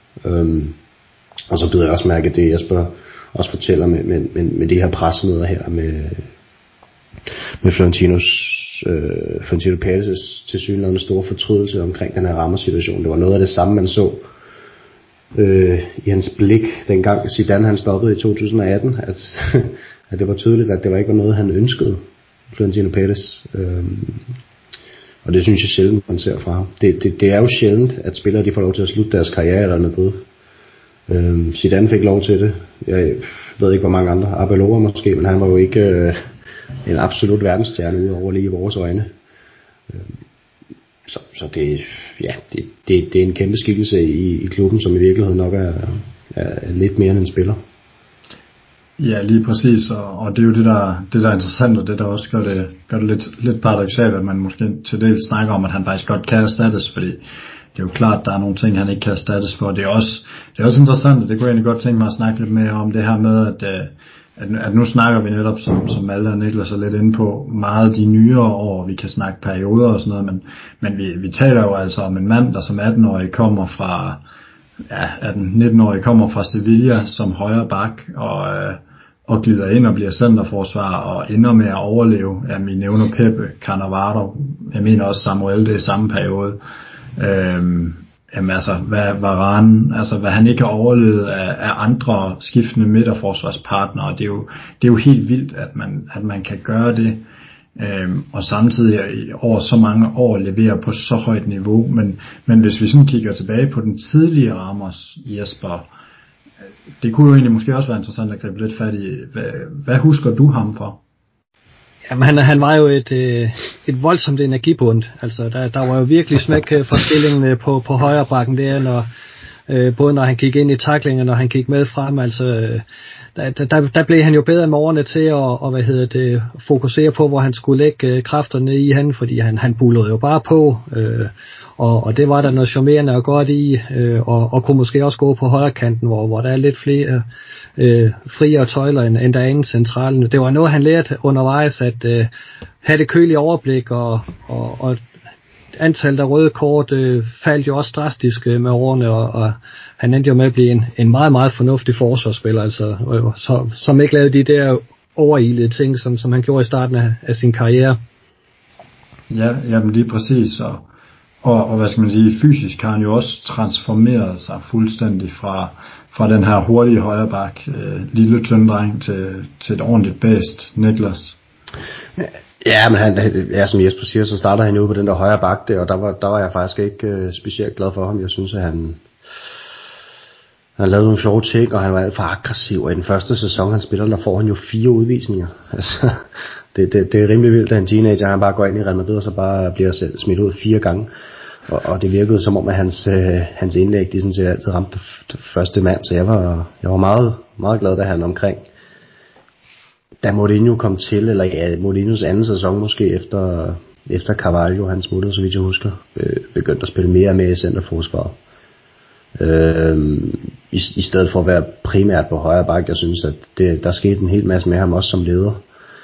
Og så byder jeg også mærke det, Jesper også fortæller med de her pressemøder her med Florentino Pérez' tilsyneladende store fortrydelse omkring den her Ramos-situation. Det var noget af det samme, man så i hans blik, dengang Zidane han stoppede i 2018, at det var tydeligt, at det var ikke var noget, han ønskede, Florentino Pérez. Og det synes jeg sjældent, man ser fra ham. Det er jo sjældent, at spillere de får lov til at slutte deres karriere eller noget. Zidane fik lov til det. Jeg ved ikke, hvor mange andre. Arbeloa måske, men han var jo ikke en absolut verdensstjerne udover lige i vores øjne. Så det er en kæmpe skikkelse i klubben, som i virkeligheden nok er lidt mere end en spiller. Ja, lige præcis, og det er jo det der er interessant, og det der også gør det lidt paradoksalt, at man måske til dels snakker om, at han faktisk godt kan erstattes, fordi det er jo klart, at der er nogle ting, han ikke kan erstattes for. Det er også interessant, og det kunne jeg egentlig godt tænke mig at snakke lidt mere om, det her med, at nu snakker vi netop, som Malte og Niklas er lidt inde på, meget de nyere år, vi kan snakke perioder og sådan noget, men vi taler jo altså om en mand, der som 18-årig kommer fra, 18-19-årig kommer fra Sevilla som højre bak, og glider ind og bliver centerforsvar, og ender med at overleve. Jamen, I nævner Pepe, Cannavaro, jeg mener også Samuel, det er samme periode. Jamen altså, hvad Varane, altså hvad han ikke har overlevet af andre skiftende midterforsvarspartnere, det er jo helt vildt, at man kan gøre det, og samtidig over så mange år levere på så højt niveau, men hvis vi sådan kigger tilbage på den tidlige Ramos, Jesper, det kunne jo egentlig måske også være interessant at gribe lidt fat i, hvad husker du ham for? Jamen han var jo et voldsomt energibund. Altså der var jo virkelig smæk for stillingen på højre bakken der, når både når han gik ind i tackling og når han gik med frem. Altså der blev han jo bedre med årene til at fokusere på, hvor han skulle lægge kræfterne i han, fordi han bullede jo bare på. Og det var der noget charmerende og godt i, og kunne måske også gå på højre kanten, hvor der er lidt flere friere tøjler end der er inde centralen. Det var noget, han lærte undervejs, at have det kølige overblik, og antallet af røde kort faldt jo også drastisk med årene, og han endte jo med at blive en meget, meget fornuftig forsvarsspiller, altså, som ikke lavede de der overilede ting, som han gjorde i starten af sin karriere. Ja, jamen lige præcis, og hvad skal man sige, fysisk har han jo også transformeret sig fuldstændig fra den her hurtige højreback, lille tynde dreng til et ordentligt bæst, Niklas. Ja, men som Jesper siger, så starter han jo på den der højre bak der, og der var jeg faktisk ikke specielt glad for ham. Jeg synes, at han lavede nogle sjove ting, og han var alt for aggressiv, og i den første sæson, han spiller, der får han jo 4 udvisninger. Altså, det er rimelig vildt, at en teenager, han bare går ind i Real Madrid, og så bare bliver smidt ud 4 gange. Og det virkede som om, at hans indlæg, de sådan set altid ramte det første mand, så jeg var meget, meget glad, da han omkring, da Mourinho kom til, eller ja, Mourinhos anden sæson måske, efter Carvalho, han smuttede, så vidt jeg husker, begyndte at spille mere og mere i centerforsvaret. I stedet for at være primært på højre bak. Jeg synes, at der skete en hel masse med ham også som leder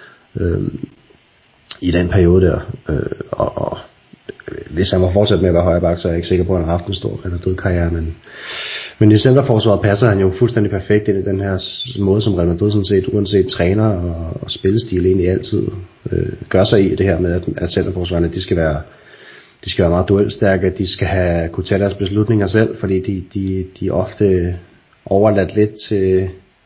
i den periode der, og hvis han var fortsat med at være højre bak, så er jeg ikke sikker på, at han har haft en stor karriere, men i centerforsvaret passer han jo fuldstændig perfekt ind i den her måde, som Real Madrid sådan set, uanset træner og spillestil egentlig altid gør sig i det her med, at centerforsvarerne, de skal være meget duelstærke, de skal kunne tage deres beslutninger selv, fordi de er ofte overladt lidt til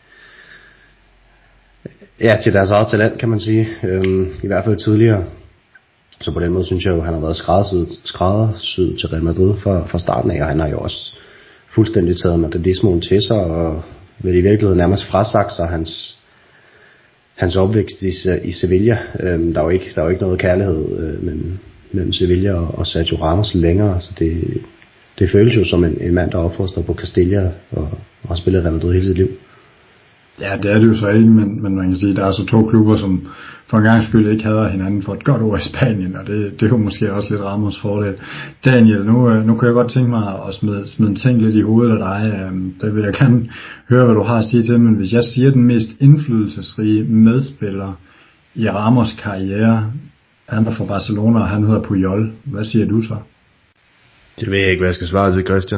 deres eget talent, kan man sige, i hvert fald tidligere. Så på den måde synes jeg jo, at han har været skræddersyet til Real Madrid fra starten af, og han har jo også fuldstændig taget Madridismoen til sig, og vel i virkeligheden nærmest frasagt sig hans opvækst i Sevilla. Der er jo ikke noget kærlighed mellem Sevilla og Sergio Ramos længere, så det føles jo som en mand, der er opfostret på Castilla og har spillet Real Madrid hele sit liv. Ja, det er det jo så ikke, men man kan sige, der er så 2 klubber, som for en gang skyld ikke hader hinanden for et godt år i Spanien, og det er jo måske også lidt Ramos fordel. Daniel, nu kan jeg godt tænke mig at smide en ting lidt i hovedet af dig. Der vil jeg gerne høre, hvad du har at sige til, men hvis jeg siger den mest indflydelsesrige medspiller i Ramos karriere, han er fra Barcelona, og han hedder Puyol. Hvad siger du så? Det ved jeg ikke, hvad jeg skal svare til, Christian.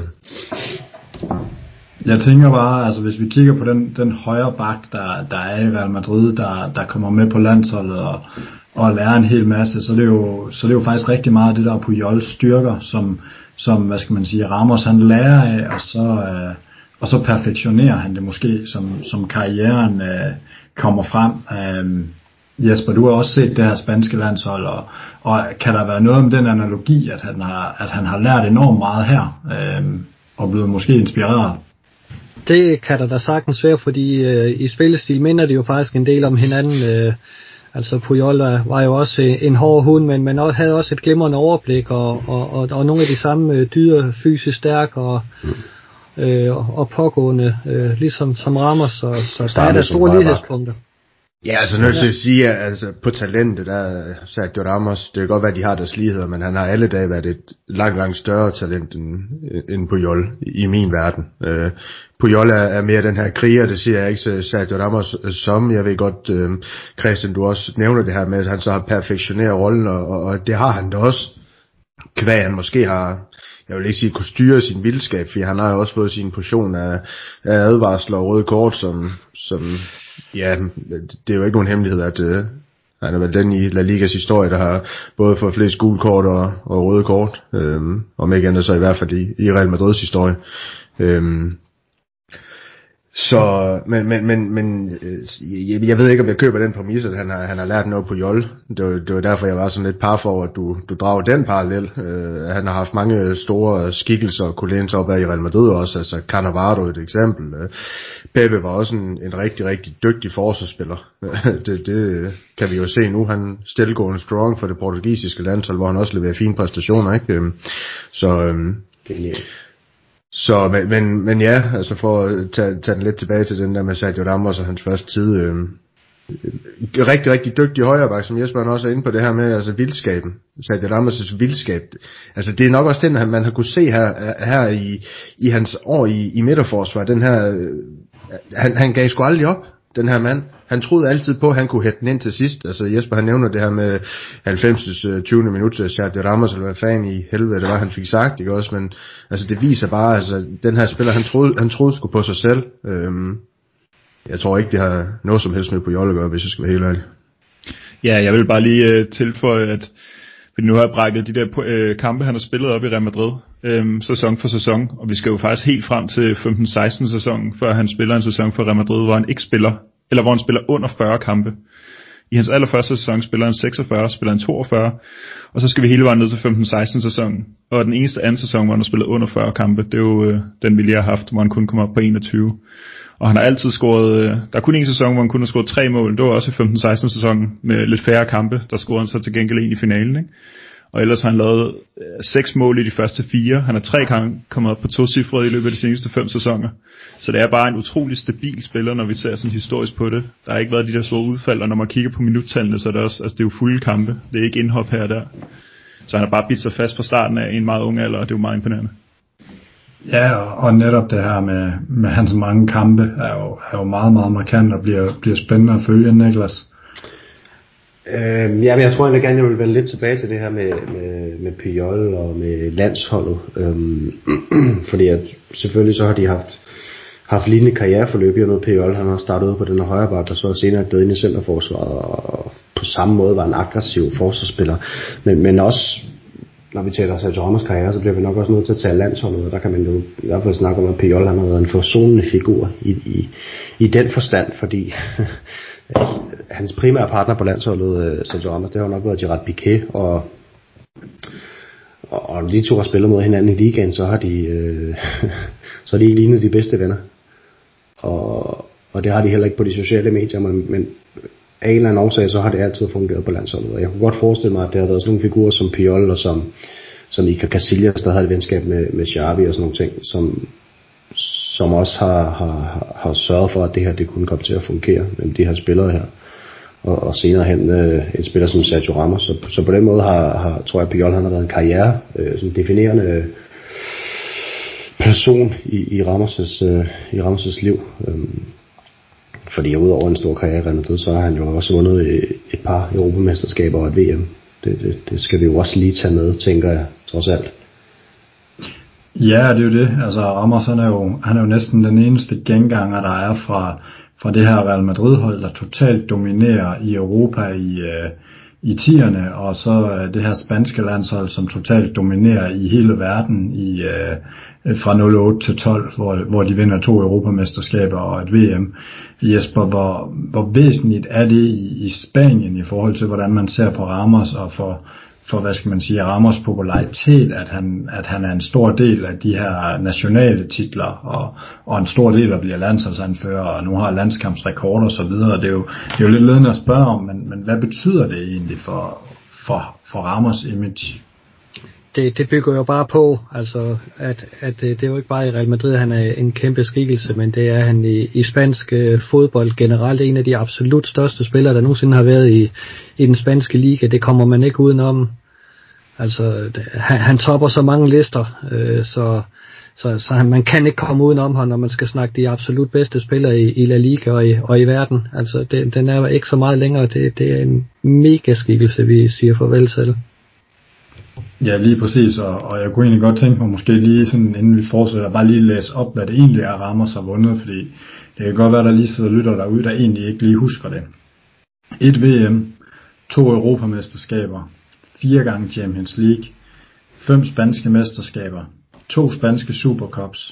Jeg tænker bare, altså hvis vi kigger på den højre bak, der er i Real Madrid, der kommer med på landsholdet og lærer en hel masse, så det er jo faktisk rigtig meget det der Pujols styrker, som hvad skal man sige, Ramos han lærer af, og så perfektionerer han det måske, som karrieren kommer frem. Jesper, du har også set det her spanske landshold, og kan der være noget om den analogi, at han har lært enormt meget her, og blevet måske inspireret? Det kan der da sagtens være, fordi i spillestil minder det jo faktisk en del om hinanden. Altså Puyol var jo også en hård hund, men man havde også et glimrende overblik, og nogle af de samme dyder, fysisk stærk og pågående, ligesom som Ramos, så der er der store lighedspunkter. Ja, altså nødt til at sige, at altså, på talentet, der Sergio Ramos, det kan godt være, at de har deres ligheder, men han har alle dage været et langt større talent end Puyol i min verden. Puyol er mere den her kriger, det siger jeg ikke Sergio Ramos som. Jeg ved godt, Christian, du også nævner det her med, at han så har perfektioneret rollen, og det har han da også. Kvæg han måske har, jeg vil ikke sige, kunne styre sin vildskab, for han har jo også fået sin portion af advarsler og røde kort, som ja, det er jo ikke nogen hemmelighed, at han er vel den i La Ligas historie, der har både fået flest gule kort og røde kort, om ikke andet så i hvert fald i Real Madrids historie. Så, men jeg ved ikke, om jeg køber den præmis, at han har lært noget på Puyol. Det var derfor, jeg var sådan lidt par for, at du drager den parallel. Han har haft mange store skikkelser og kunne læne sig op af i Real Madrid også, altså Cannavaro et eksempel. Pepe var også en rigtig, rigtig dygtig forsvarsspiller. det kan vi jo se nu. Han stillgående strong for det portugisiske landshold, hvor han også leverer fine præstationer, ikke? Så, men ja, altså for at tage den lidt tilbage til den der med Sergio Ramos og hans første tid, rigtig, rigtig dygtig højreback, som Jesper også er inde på det her med, altså vildskaben, Sergio Ramos' vildskab, altså det er nok også den, man har kunne se her i hans år i midterforsvar, den her, han gav sgu aldrig op, den her mand. Han troede altid på, at han kunne hætte den ind til sidst. Altså Jesper, han nævner det her med 90. 20. minut, Sergio Ramos, eller hvad fanden i helvede det var, han fik sagt, ikke også? Men altså det viser bare, altså den her spiller, han troede sgu på sig selv. Jeg tror ikke, det har noget som helst med Puyol at gøre, hvis jeg skal være helt ærlig. Ja, jeg vil bare lige tilføje, at nu har jeg brækket de der kampe, han har spillet op i Real Madrid, sæson for sæson, og vi skal jo faktisk helt frem til 15-16 sæsonen, før han spiller en sæson for Real Madrid, hvor han ikke spiller, eller hvor han spiller under 40 kampe. I hans allerførste sæson spiller han 46, spiller han 42, og så skal vi hele vejen ned til 15-16 sæsonen. Og den eneste anden sæson, hvor han har spillet under 40 kampe, det er jo den vi lige har haft, hvor han kun kommer op på 21. Og han har altid scoret, der er kun en sæson, hvor han kun har scoret 3 mål. Det var også i 15-16 sæsonen med lidt færre kampe, der scorede han så til gengæld en i finalen, ikke? Og ellers har han lavet 6 mål i de første 4. Han har 3 gange kommet op på 2-cifrede i løbet af de seneste 5 sæsoner. Så det er bare en utrolig stabil spiller, når vi ser sådan historisk på det. Der har ikke været de der store udfald, og når man kigger på minuttallene, så er det også, altså det er jo fulde kampe. Det er ikke indhop her og der. Så han har bare bidt sig fast fra starten af en meget ung alder, og det er jo meget imponerende. Ja, og netop det her med hans mange kampe er jo meget, meget markant og bliver spændende at følge, Niklas. Ja, men jeg tror egentlig gerne, jeg vil vende lidt tilbage til det her med Puyol og med landsholdet. Fordi at selvfølgelig så har de haft lignende karriereforløb i noget. Puyol, han har startet ud på den højre bakke, og så senere gået ind i centerforsvaret, og på samme måde var en aggressiv forsvarsspiller. Men også, når vi taler Sergio Ramos karriere, så bliver vi nok også nødt til at tage landsholdet, og der kan man jo i hvert fald snakke om, at Puyol, han har været en forsonende figur i den forstand, fordi hans primære partner på landsholdet, Sergio Ramos, det har nok været Gerard Piqué, og de to har spillet mod hinanden i ligaen, så har de ikke lignet de bedste venner, og det har de heller ikke på de sociale medier, men af en eller anden årsag, så har det altid fungeret på landsholdet, og jeg kunne godt forestille mig, at det har været sådan nogle figurer som Puyol og som Iker Casillas, der havde et venskab med Xavi og sådan nogle ting, som også har sørget for, at det her det kunne komme til at fungere mellem de her spillere her. Og senere hen en spiller som Sergio Ramos. Så på den måde tror jeg, Puyol han har været en karriere, som definerende person i Ramos' liv. Fordi udover en stor karriere i Real Madrid, så har han jo også vundet et par europamesterskaber og et VM. Det skal vi jo også lige tage med, tænker jeg, trods alt. Ja, det er jo det. Altså Ramos, han er jo næsten den eneste genganger, der er fra det her Real Madrid-hold, der totalt dominerer i Europa i 10'erne, og så det her spanske landshold, som totalt dominerer i hele verden fra 08 til 12, hvor de vinder 2 europamesterskaber og et VM. Jesper, hvor væsentligt er det i Spanien i forhold til, hvordan man ser på Ramos og for hvad skal man sige, Ramos popularitet, at han er en stor del af de her nationale titler, og en stor del af bliver landsholdsanfører, og nu har landskampsrekord og så videre. Det er jo lidt ledende at spørge om, men hvad betyder det egentlig for Ramos image? Det bygger jo bare på, altså at det er jo ikke bare i Real Madrid, han er en kæmpe skikkelse, men det er han i spansk fodbold generelt en af de absolut største spillere, der nogensinde har været i den spanske liga. Det kommer man ikke udenom. Altså han topper så mange lister, så man kan ikke komme udenom ham, når man skal snakke de absolut bedste spillere i La Liga og i verden. Altså den er ikke så meget længere. Det er en mega skikkelse, vi siger farvel til. Ja, lige præcis, og jeg kunne egentlig godt tænke mig måske lige sådan, inden vi fortsætter, bare lige læse op, hvad det egentlig er, Ramos har vundet, fordi det kan godt være, der lige sidder lytter derude, der egentlig ikke lige husker det. 1 VM, 2 europamesterskaber, 4 gange Champions League, 5 spanske mesterskaber, 2 spanske Supercups,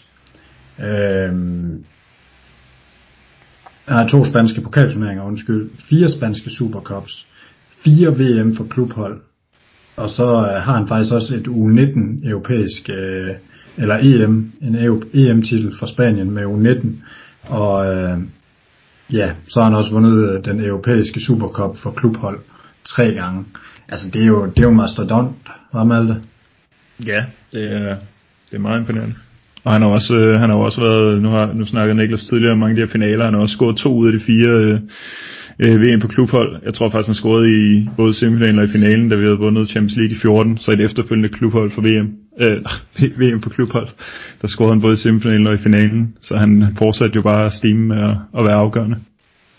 2 spanske pokalturneringer, 4 spanske Supercups, 4 VM for klubhold, og så har han faktisk også et U19 europæisk, eller en EM-titel for Spanien med U19, og så har han også vundet den europæiske Supercup for klubhold 3 gange. Altså det er jo mastodont, hvad Malte? Ja, det er meget imponerende. Og han har også været, nu snakkede Niklas tidligere om mange af de her finaler, han har også scoret 2 ud af de 4 VM på klubhold. Jeg tror faktisk, han scorede i både semifinalen og i finalen, da vi havde vundet Champions League i 14, så i det efterfølgende klubhold for VM på klubhold, der scorede han både i semifinalen og i finalen, så han fortsatte jo bare stimen med at være afgørende.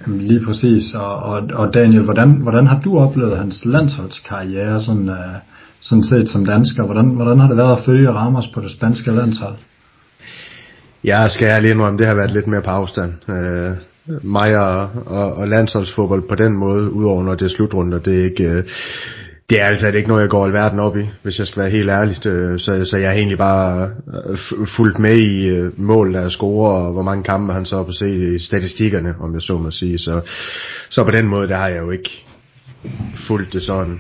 Lige præcis, og Daniel, hvordan har du oplevet hans landsholdskarriere, sådan set som dansker? Hvordan har det været at følge Ramos på det spanske landshold? Jeg skal ærligt indrømme, det har været lidt mere på afstand. Mig og landsholdsfodbold på den måde, udover når det er slutrunder, det er altså ikke noget, jeg går alverden op i, hvis jeg skal være helt ærlig. Så jeg har egentlig bare fulgt med i mål, der scorer, og hvor mange kampe han så har på se i statistikkerne, om jeg så må sige. Så på den måde, der har jeg jo ikke fulgt det sådan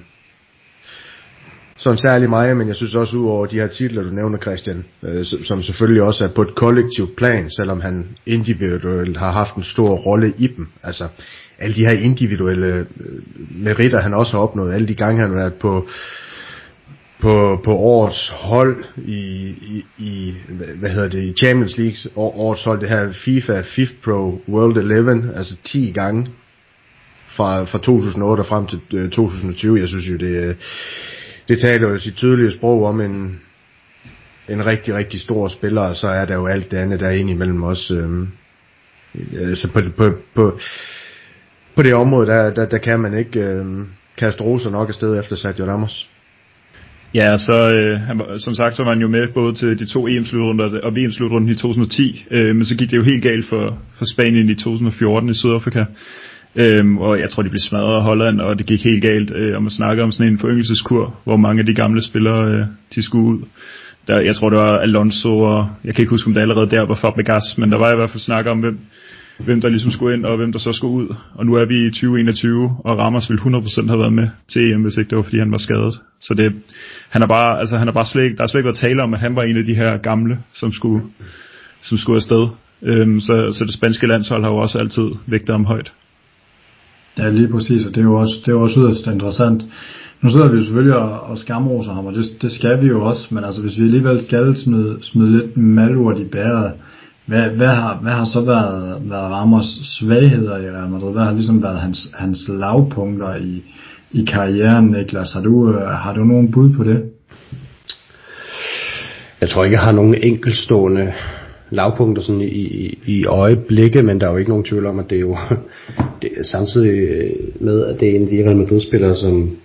særlig meget, men jeg synes også ud over de her titler, du nævner, Christian, som selvfølgelig også er på et kollektivt plan, selvom han individuelt har haft en stor rolle i dem. Altså, alle de her individuelle meritter, han også har opnået, alle de gange, han har været på årets hold i Champions League, årets hold, det her FIFA Fifth Pro World 11, altså 10 gange fra 2008 og frem til 2020. Jeg synes jo, det taler jo sit tydelige sprog om en rigtig, rigtig stor spiller, og så er der jo alt det andet, der er ind imellem os. Altså på det område, der kan man ikke kaste roser nok afsted efter Sergio Ramos. Ja, så som sagt, så var han jo med både til de 2 EM-slutrunder og VM-slutrunden i 2010, men så gik det jo helt galt for Spanien i 2014 i Sydafrika. Og jeg tror de blev smadret af Holland, og det gik helt galt, og man snakker om sådan en foryngelseskur, hvor mange af de gamle spillere de skulle ud. Jeg tror det var Alonso, og jeg kan ikke huske om det allerede der var Fabregas, men der var i hvert fald snak om hvem der ligesom skulle ind, og hvem der så skulle ud. Og nu er vi i 2021, og Ramos ville 100% have været med til EM, hvis ikke det var fordi han var skadet. Så der har slet ikke været tale om, at han var en af de her gamle, som skulle afsted. Så det spanske landshold har jo også altid vægtet om højt. Ja, lige præcis, og det er jo også yderst interessant. Nu sidder vi jo selvfølgelig og skamroser ham, og det skal vi jo også, men altså hvis vi alligevel skal smide lidt malurt i bæret, hvad har så været Ramos svagheder i Real Madrid? Hvad har ligesom været hans lavpunkter i karrieren, Niklas? Har du nogen bud på det? Jeg tror ikke, jeg har nogen enkeltstående lavpunkter sådan i øjeblikke, men der er jo ikke nogen tvivl om, at det er jo det er samtidig med, at det er en af de Real Madrid-spillere,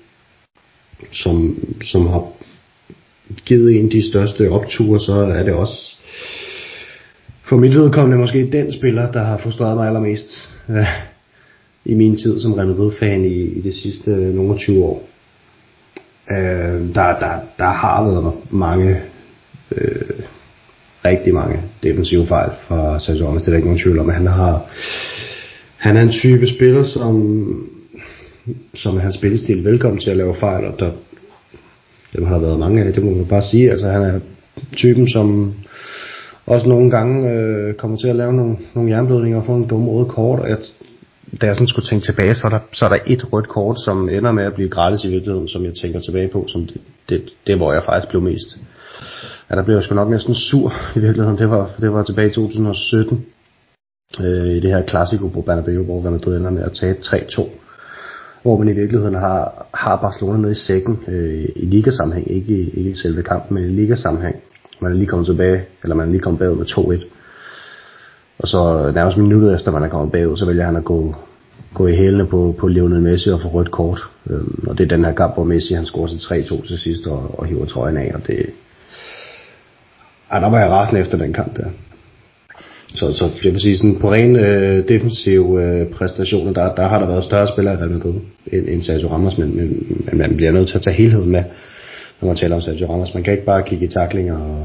som har givet en af de største opture, så er det også for mit vedkommende måske den spiller, der har frustreret mig allermest i min tid som Real Madrid-fan i de sidste nogle 20 år. Der har været mange rigtig mange defensive fejl fra Sergio Ramos, det er der ikke nogen tvivl om, at han er en type spiller, som er hans spillestil velkommen til at lave fejl, og dem har der været mange af, det må man bare sige. Altså han er typen, som også nogle gange kommer til at lave nogle jernblødninger og få nogle dumme røde kort, og da jeg sådan skulle tænke tilbage, så er der et rødt kort, som ender med at blive gratis i virkeligheden, som jeg tænker tilbage på, som det hvor jeg faktisk blev mest. Ja, der blev jeg sgu nok mere sådan sur i virkeligheden. Det var tilbage i 2017 i det her Clásico på Bernabéu, hvor Real Madrid ender med at tabe 3-2, hvor man i virkeligheden har Barcelona nede i sækken i ligasammenhæng, ikke i selve kampen, men i ligasammenhæng. Man er lige kommet tilbage, eller man er lige kommet bagud med 2-1. Og så nærmest minuttet efter man er kommet bagud, så vælger han at gå i hælene på Lionel Messi og få rødt kort. Og det er den her kamp, hvor Messi han scorer til 3-2 til sidst og hiver trøjen af, og det der var jeg rasende efter den kamp der. Så jeg vil sige sådan på ren defensiv præstationer, der har der været større spillere i Real Madrid end Sergio Ramos, men man bliver nødt til at tage helheden med, når man taler om Sergio Ramos. Man kan ikke bare kigge i tacklinger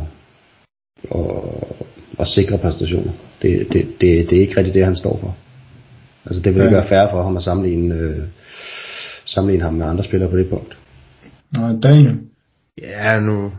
og sikre præstationer. Det er ikke rigtig det, han står for. Altså det vil ikke være fair for ham at sammenligne ham med andre spillere på det punkt. Nej, Daniel. Ja,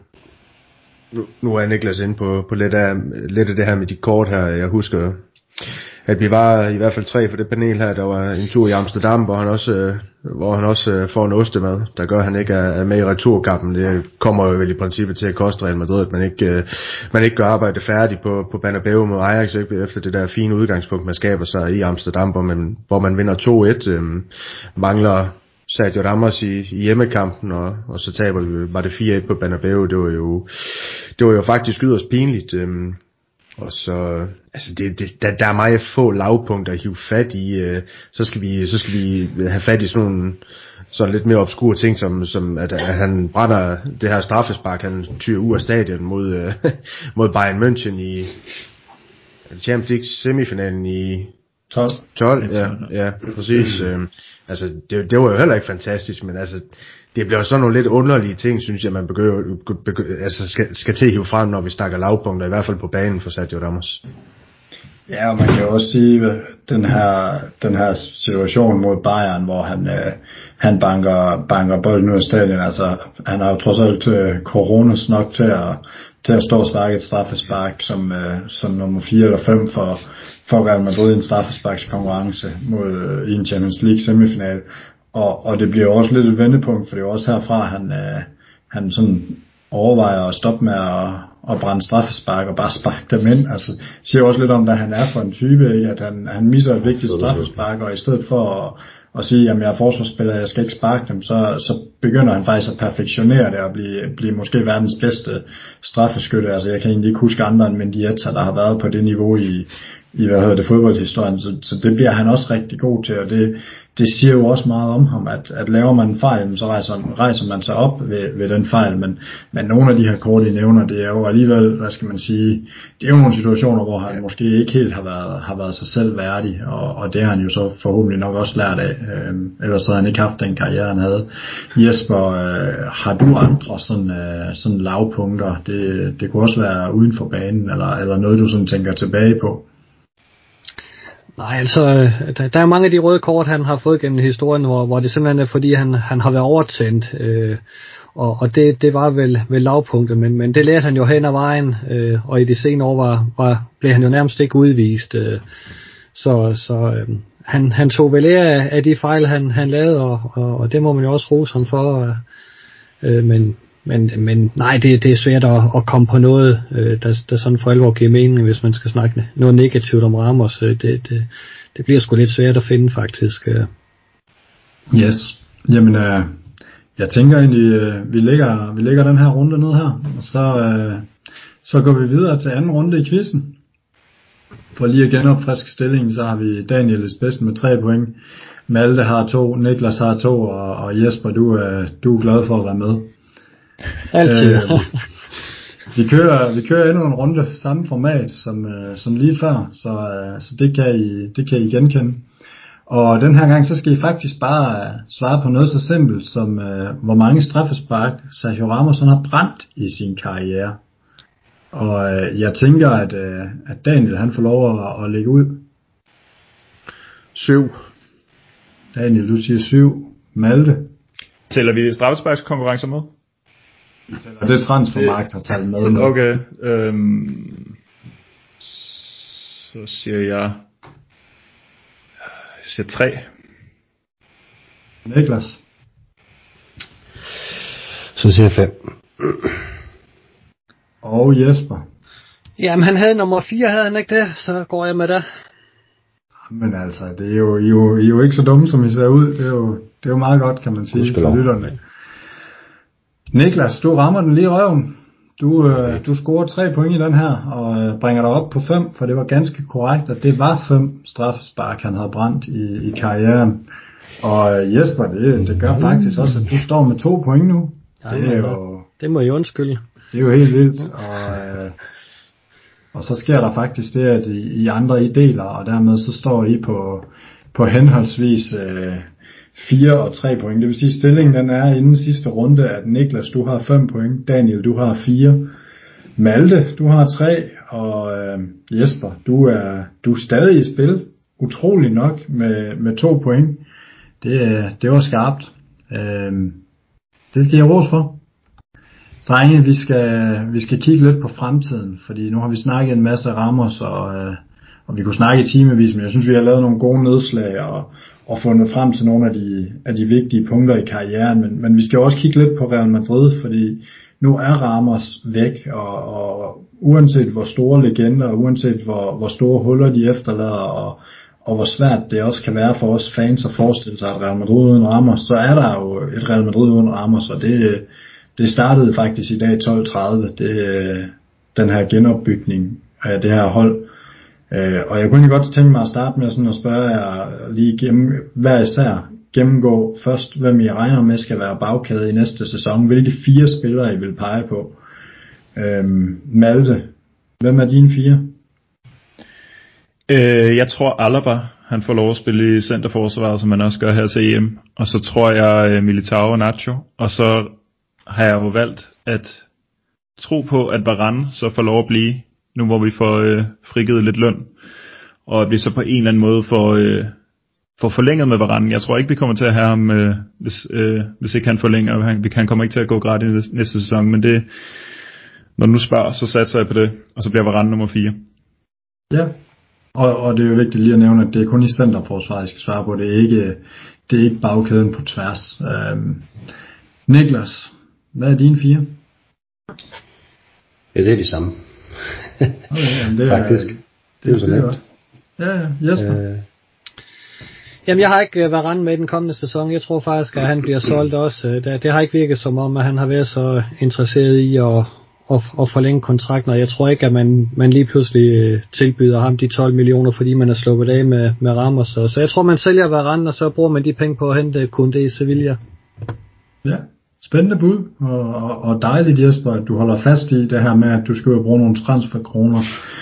nu er Niklas inde på lidt af det her med de kort her. Jeg husker, at vi var i hvert fald 3 for det panel her. Der var en tur i Amsterdam, hvor han også får en ostemad, der gør, at han ikke er med i returkampen. Det kommer jo vel i princippet til at koste Real Madrid, at man ikke gør arbejdet færdigt på Bernabeu mod Ajax, efter det der fine udgangspunkt, man skaber sig i Amsterdam, hvor man vinder 2-1, mangler Sergio Ramos i hjemmekampen, og så taber vi, var det 4-1 på Bernabeu. Det var jo faktisk yderst pinligt. Og så, altså der er meget få lavpunkter at hive fat i. Så skal vi have fat i sådan nogle sådan lidt mere obskure ting, som at han brænder det her straffespark, han tyrer ud af stadion mod Bayern München i Champions League semifinalen i 12, ja, præcis. Altså det var jo heller ikke fantastisk, men altså det bliver sådan nogle lidt underlige ting, synes jeg, man skal til at hive frem, når vi snakker lavpunkter, i hvert fald på banen for Sergio Ramos. Ja, og man kan jo også sige, den her situation mod Bayern, hvor han banker bolden ud af stadion, altså han har jo trods alt coronas nok til at stå og sparke et straffespark som nummer 4 eller 5 for Real Madrid i en straffesparkskonkurrence i en Champions League semifinal. Og det bliver også lidt et vendepunkt, for det er også herfra, han sådan overvejer at stoppe med at brænde straffespark og bare sparke dem ind. Altså, det siger også lidt om, hvad han er for en type, ikke? At han misser et vigtigt straffespark, og i stedet for at sige, at jeg er forsvarsspiller, jeg skal ikke sparke dem, så begynder han faktisk at perfektionere det og blive måske verdens bedste straffeskytte. Altså, jeg kan egentlig ikke huske andre end Mendieta, der har været på det niveau i fodboldhistorien, så det bliver han også rigtig god til, og det siger jo også meget om ham, at laver man en fejl, så rejser man sig op ved den fejl, men nogle af de her kort, I nævner, det er jo alligevel, hvad skal man sige, det er jo nogle situationer, hvor han måske ikke helt har været sig selv værdig, og det har han jo så forhåbentlig nok også lært af, ellers havde han ikke haft den karriere, han havde. Jesper, har du andre sådan lavpunkter? Det kunne også være uden for banen, eller noget, du sådan tænker tilbage på? Nej, altså, der er mange af de røde kort, han har fået gennem historien, hvor det simpelthen er, fordi han har været overtændt, og det var vel lavpunktet, men det lærte han jo hen ad vejen, og i de senere år blev han jo nærmest ikke udvist, så han tog vel af de fejl, han lavede, og det må man jo også rose ham for, men nej, det er svært at komme på noget, der sådan for alvor giver mening, hvis man skal snakke noget negativt om Ramos. Det bliver sgu lidt svært at finde, faktisk. Yes. Jamen, jeg tænker egentlig, vi lægger den her runde ned her, og så går vi videre til anden runde i quizzen. For lige at genopfriske stillingen, så har vi Daniel bedste med 3 point, Malte har 2, Niklas har 2, og Jesper, du er glad for at være med. Altid. Vi kører endnu en runde, samme format som lige før, så det kan I genkende. Og den her gang, så skal I faktisk bare svare på noget så simpelt som, hvor mange straffespark Sergio Ramos har brændt i sin karriere. Og jeg tænker, at Daniel, han får lov at lægge ud. 7. Daniel, du siger 7. Malte? Tæller vi straffesparkskonkurrencer med? Og det transfermarkt har talt med. Okay. Så siger jeg 3. Niklas? Så siger jeg 5. Og Jesper? Jamen, han havde nummer 4, havde han ikke det? Så går jeg med det. Men altså, det er jo, I er jo ikke så dumme, som I ser ud. Det er jo meget godt, kan man sige, for lytterne. Niklas, du rammer den lige i røven. Du scorer 3 point i den her, og bringer dig op på 5, for det var ganske korrekt, at det var 5 straffespark, han havde brændt i karrieren. Og Jesper, det gør faktisk også, at du står med 2 point nu. Det må I undskylde. Det er jo helt vildt, og så sker der faktisk det, at I andre I deler, og dermed så står I på henholdsvis 4 og 3 point. Det vil sige, at stillingen den er inden sidste runde, at Niklas, du har 5 point, Daniel, du har 4, Malte, du har 3, og Jesper, du er stadig i spil, utrolig nok, med 2 point. Det var skarpt. Det skal jeg ros for. Drenge, vi skal kigge lidt på fremtiden, fordi nu har vi snakket en masse Ramos, og vi kunne snakke i timevis, men jeg synes, vi har lavet nogle gode nedslag og fundet frem til nogle af de vigtige punkter i karrieren, men vi skal også kigge lidt på Real Madrid, fordi nu er Ramos væk, og uanset hvor store legender, og uanset hvor store huller de efterlader, og hvor svært det også kan være for os fans at forestille sig, at Real Madrid uden Ramos, så er der jo et Real Madrid uden Ramos, og det startede faktisk i dag 12:30. Den her genopbygning af det her hold. Og jeg kunne godt tænke mig at starte med sådan at spørge jer lige hver især gennemgå først, hvem I regner med skal være bagkæde i næste sæson. Hvilke 4 spillere I vil pege på? Malte, hvem er dine 4? Jeg tror Alaba, han får lov at spille i centerforsvaret, som man også gør her til EM. Og så tror jeg Militao og Nacho. Og så har jeg jo valgt at tro på, at Varane så får lov at blive, nu hvor vi får frigivet lidt løn. Og at vi så på en eller anden måde får forlænget med Varane. Jeg tror ikke, vi kommer til at have ham, hvis ikke han forlænger. Han kommer ikke til at gå gratis næste sæson. Men det, når du nu spørger, så satser jeg på det. Og så bliver Varane nummer 4. Ja. Og det er jo vigtigt lige at nævne, at det er kun i centerforsvaret, jeg skal svare på. Det er ikke bagkæden på tværs. Niklas, hvad er dine 4? Ja, det er de samme. Okay, det faktisk. Det er jo så nemt. Ja, Jesper. Jamen, jeg har ikke Varane med i den kommende sæson. Jeg tror faktisk, at han bliver solgt også. Det har ikke virket som om, at han har været så interesseret i at forlænge kontrakten, og jeg tror ikke, at man lige pludselig tilbyder ham de 12 millioner, fordi man er sluppet af med Ramos. Så jeg tror, man sælger Varane, og så bruger man de penge på at hente Koundé i Sevilla. Ja, spændende bud, og dejligt, Jesper, at du holder fast i det her med, at du skal jo bruge nogle transferkroner.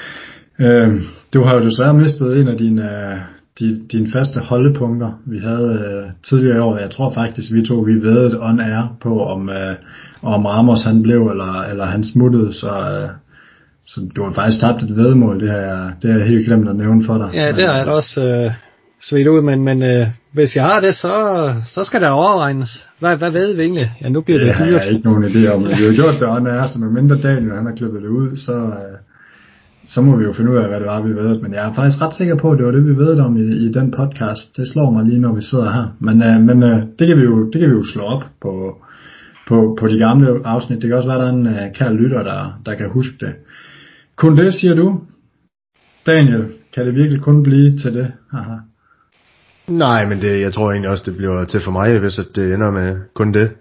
Du har jo desværre mistet en af dine faste holdepunkter, vi havde tidligere i år. Jeg tror faktisk, vi vædede on air på, om Ramos han blev, eller han smuttede, så du har faktisk tabt et væddemål, det har jeg helt glemt at nævne for dig. Ja, det har jeg da også svedt ud, men hvis jeg har det, så skal der overregnes. Hvad ved vi egentlig? Ja, nu bliver det dyrt. Det har jeg ikke nogen idé om, men vi har gjort det on air, så med mindre Daniel han har klippet det ud, så må vi jo finde ud af, hvad det var, vi ved. Men jeg er faktisk ret sikker på, at det var det, vi ved om i den podcast. Det slår mig lige, når vi sidder her. Men det kan vi jo slå op på de gamle afsnit. Det kan også være, der er en kær lytter, der kan huske det. Kun det, siger du? Daniel, kan det virkelig kun blive til det? Aha. Nej, men jeg tror egentlig også, det bliver til for mig, hvis det ender med kun det.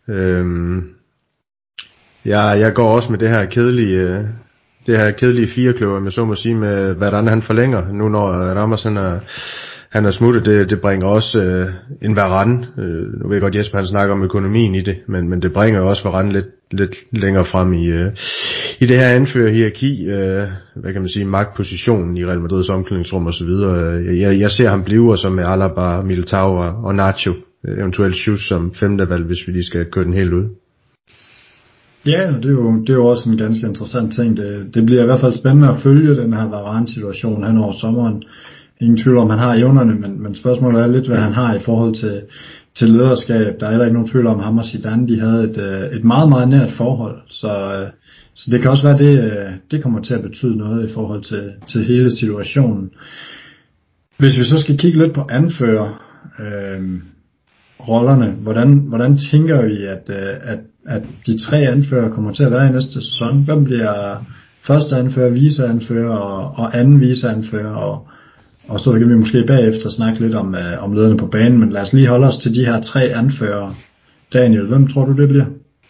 Jeg går også med det her kedelige firekløver, med så må sige, med hvordan han forlænger, nu når Ramos han er smuttet. Det bringer også en Varane, nu ved jeg godt Jesper han snakker om økonomien i det, men det bringer også Varane lidt længere frem i det her anførerhierarki, hvad kan man sige, magtpositionen i Real Madrids omklædningsrum og så videre. Jeg ser ham blive, som med Alaba, Militao og Nacho, eventuelt Schuss som femtevalg, hvis vi lige skal køre den helt ud. Ja, det er jo også en ganske interessant ting. Det bliver i hvert fald spændende at følge den her Varane-situation hen over sommeren. Ingen tvivl om, han har evnerne, men spørgsmålet er lidt, hvad han har i forhold til lederskab. Der er heller ikke nogen tvivl om, ham og Zidane, de havde et meget, meget nært forhold. Så det kan også være, det kommer til at betyde noget i forhold til hele situationen. Hvis vi så skal kigge lidt på anfører rollerne, hvordan tænker vi, at de 3 anfører kommer til at være i næste sæson? Hvem bliver første anfører, viceanfører og anden viceanfører? Og så kan vi måske bagefter snakke lidt om lederne på banen, men lad os lige holde os til de her 3 anfører. Daniel, hvem tror du det bliver?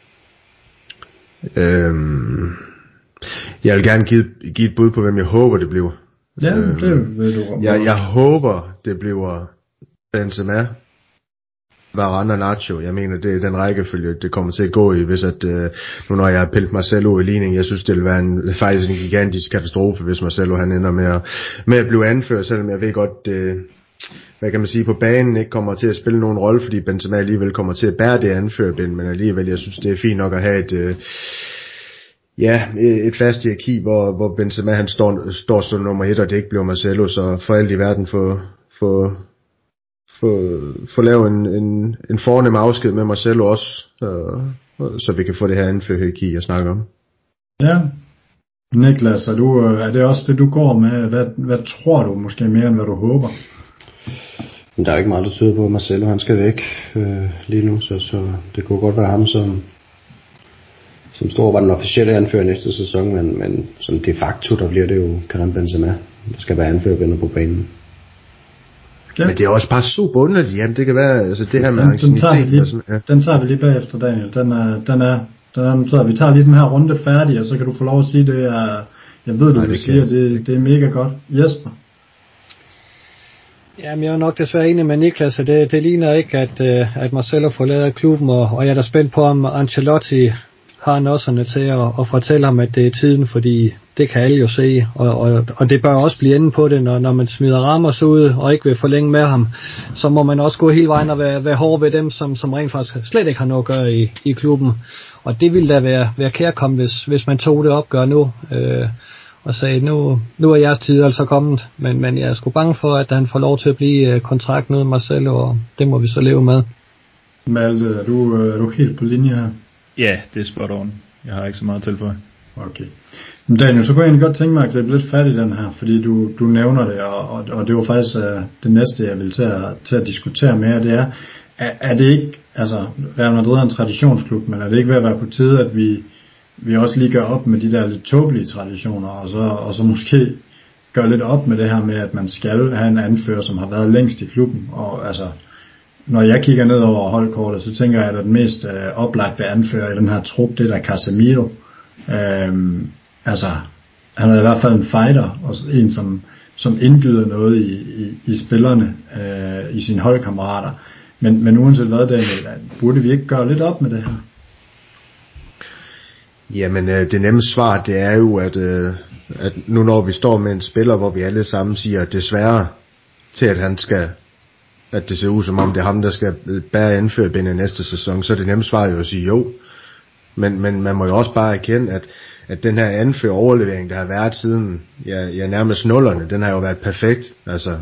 Jeg vil gerne give et bud på, hvem jeg håber det bliver. Ja, det ved du. Jeg håber det bliver Benzema, Varane og Nacho. Jeg mener, det er den rækkefølge, det kommer til at gå i, hvis nu når jeg har pillet Marcelo i ligning, jeg synes, det vil være faktisk en gigantisk katastrofe, hvis Marcelo han ender med at blive anført, selvom jeg ved godt, hvad kan man sige, på banen ikke kommer til at spille nogen rolle, fordi Benzema alligevel kommer til at bære det anførbind, men alligevel, jeg synes, det er fint nok at have et fast hierarki, hvor Benzema han står som nummer 1, og det ikke bliver Marcelo, så for alt i verden få lavet en fornem afsked med Marcelo også, så vi kan få det her anførhierarki jeg snakker om. Ja, Niklas, er det også det du går med? Hvad tror du måske mere end hvad du håber? Men der er ikke meget der tyder på, at Marcelo han skal væk lige nu, så det kunne godt være ham som står var den officielle anfører næste sæson, men som de facto der bliver det jo Karim Benzema, der skal være anfører på banen. Ja. Men det er også bare super underligt. Jamen det kan være, altså det her med anciennitet. Den tager vi lige bagefter, Daniel. Den er, vi tager lige den her runde færdig, og så kan du få lov at sige det Jeg ved, du siger, det er mega godt. Jesper? Jamen, jeg er nok desværre enig med Niklas, at det ligner ikke, at Marcelo forlader klubben, og jeg er da spændt på, om Ancelotti har nosserne til at fortælle ham, at det er tiden, fordi det kan alle jo se, og det bør også blive enden på det, når man smider Ramos ud, og ikke vil forlænge med ham, så må man også gå hele vejen og være hård ved dem, som rent faktisk slet ikke har noget at gøre i klubben, og det ville da være kærkommen, hvis man tog det opgør nu, og sagde, nu er jeres tid altså kommet, men jeg er sgu bange for, at han får lov til at blive kontrakt med Marcelo, og det må vi så leve med. Malte, er du helt på linje her? Ja, det er spot on. Jeg har ikke så meget til for. Okay. Men Daniel, så kunne jeg egentlig godt tænke mig at gribe lidt fat i den her, fordi du nævner det, og det var faktisk det næste, jeg vil til at diskutere med, det er det ikke, altså Real Madrid er en traditionsklub, men er det ikke ved at være på tide, at vi også lige gør op med de der lidt tåbelige traditioner, og så måske gør lidt op med det her med, at man skal have en anfører, som har været længst i klubben, og altså, når jeg kigger ned over holdkortet, så tænker jeg, at den mest oplagte anfører i den her trup, det er der Casemiro. Altså, han er i hvert fald en fighter, og en, som indgyder noget i spillerne, i sine holdkammerater. Men uanset hvad, Daniel, burde vi ikke gøre lidt op med det her? Jamen, det nemme svar, det er jo, at nu når vi står med en spiller, hvor vi alle sammen siger, at desværre til, at det ser ud som om, det er ham, der skal bære anførerbindet næste sæson, så det nemme svar er jo at sige jo. Men man må jo også bare erkende, at den her anføreroverlevering, der har været siden nærmest nullerne, den har jo været perfekt. Altså,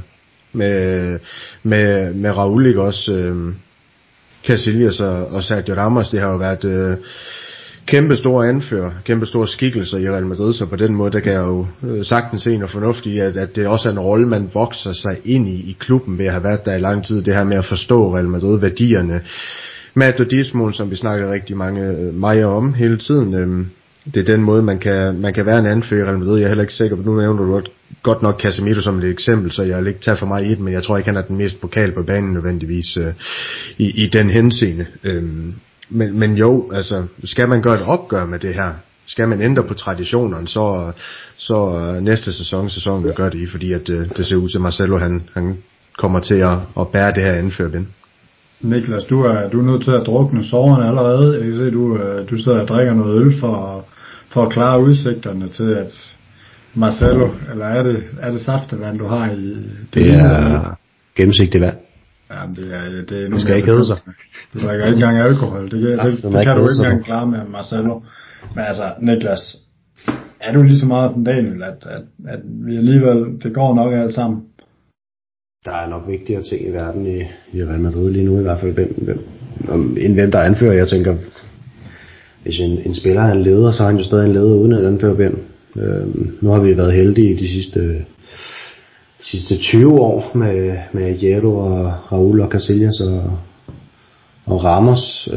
med Raúl, ikke også, Casillas og Sergio Ramos, det har jo været kæmpe store anfører, kæmpe store skikkelser i Real Madrid, så på den måde, der kan jeg jo sagtens se noget fornuft i, at det også er en rolle, man vokser sig ind i klubben ved at have været der i lang tid, det her med at forstå Real Madrid, værdierne, metodismen, som vi snakker rigtig meget om hele tiden. Det er den måde, man kan være en anfører i Real Madrid. Jeg er heller ikke sikker på, nu nævner du godt nok Casemiro som et eksempel, så jeg vil ikke tage for mig i det, men jeg tror ikke, han er den mest pokal på banen nødvendigvis i den henseende. Men jo, altså, skal man gøre et opgør med det her, skal man ændre på traditionerne, så næste sæson vil gøre det i, fordi at det ser ud til Marcelo, han kommer til at bære det her anførbind. Niklas, du er nødt til at drukne sårene allerede. Jeg kan se, du sidder og drikker noget øl for at klare udsigterne til, at Marcelo, eller er det saftevand, du har i det er gennemsigtigt vand. Jamen, det er nu skal ikke hedde sig. Du drikker ikke engang alkohol. Det kan du ikke engang klare med Marcelo. Men altså, Niklas, er du lige så meget den Daniel, at vi alligevel, det går nok alt sammen? Der er nok vigtigere ting i verden i Real Madrid lige nu, i hvert fald hvem der anfører. Jeg tænker, hvis en spiller er en leder, så er han jo stadig en leder uden at anføre bind. Nu har vi været heldige de sidste 20 år med Hierro og Raúl og Casillas og Ramos.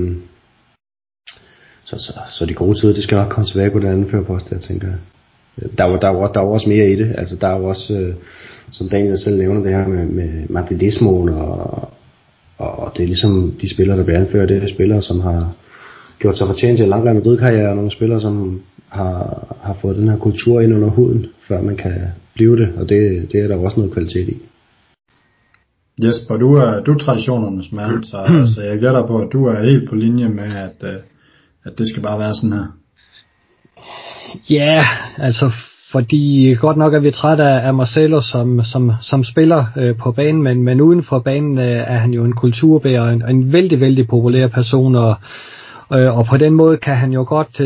Så de gode tider, det skal nok komme tilbage på den anførerpost, jeg tænker. Der er også mere i det. Altså der er jo også, som Daniel selv nævner, det her med Madridismoen, og det er ligesom de spillere, der bliver anført, det er spillere, som har gjort sig fortjent til en lang Madrid-karriere, og nogle spillere, som har fået den her kultur ind under huden, før man kan blive det, og det er der også noget kvalitet i. Jesper, du er traditionernes mand, så jeg gætter på, at du er helt på linje med, at det skal bare være sådan her. Ja, altså fordi godt nok er vi trætte af Marcelo som spiller på banen, men uden for banen er han jo en kulturbærer, en vældig, vældig populær person, og på den måde kan han jo godt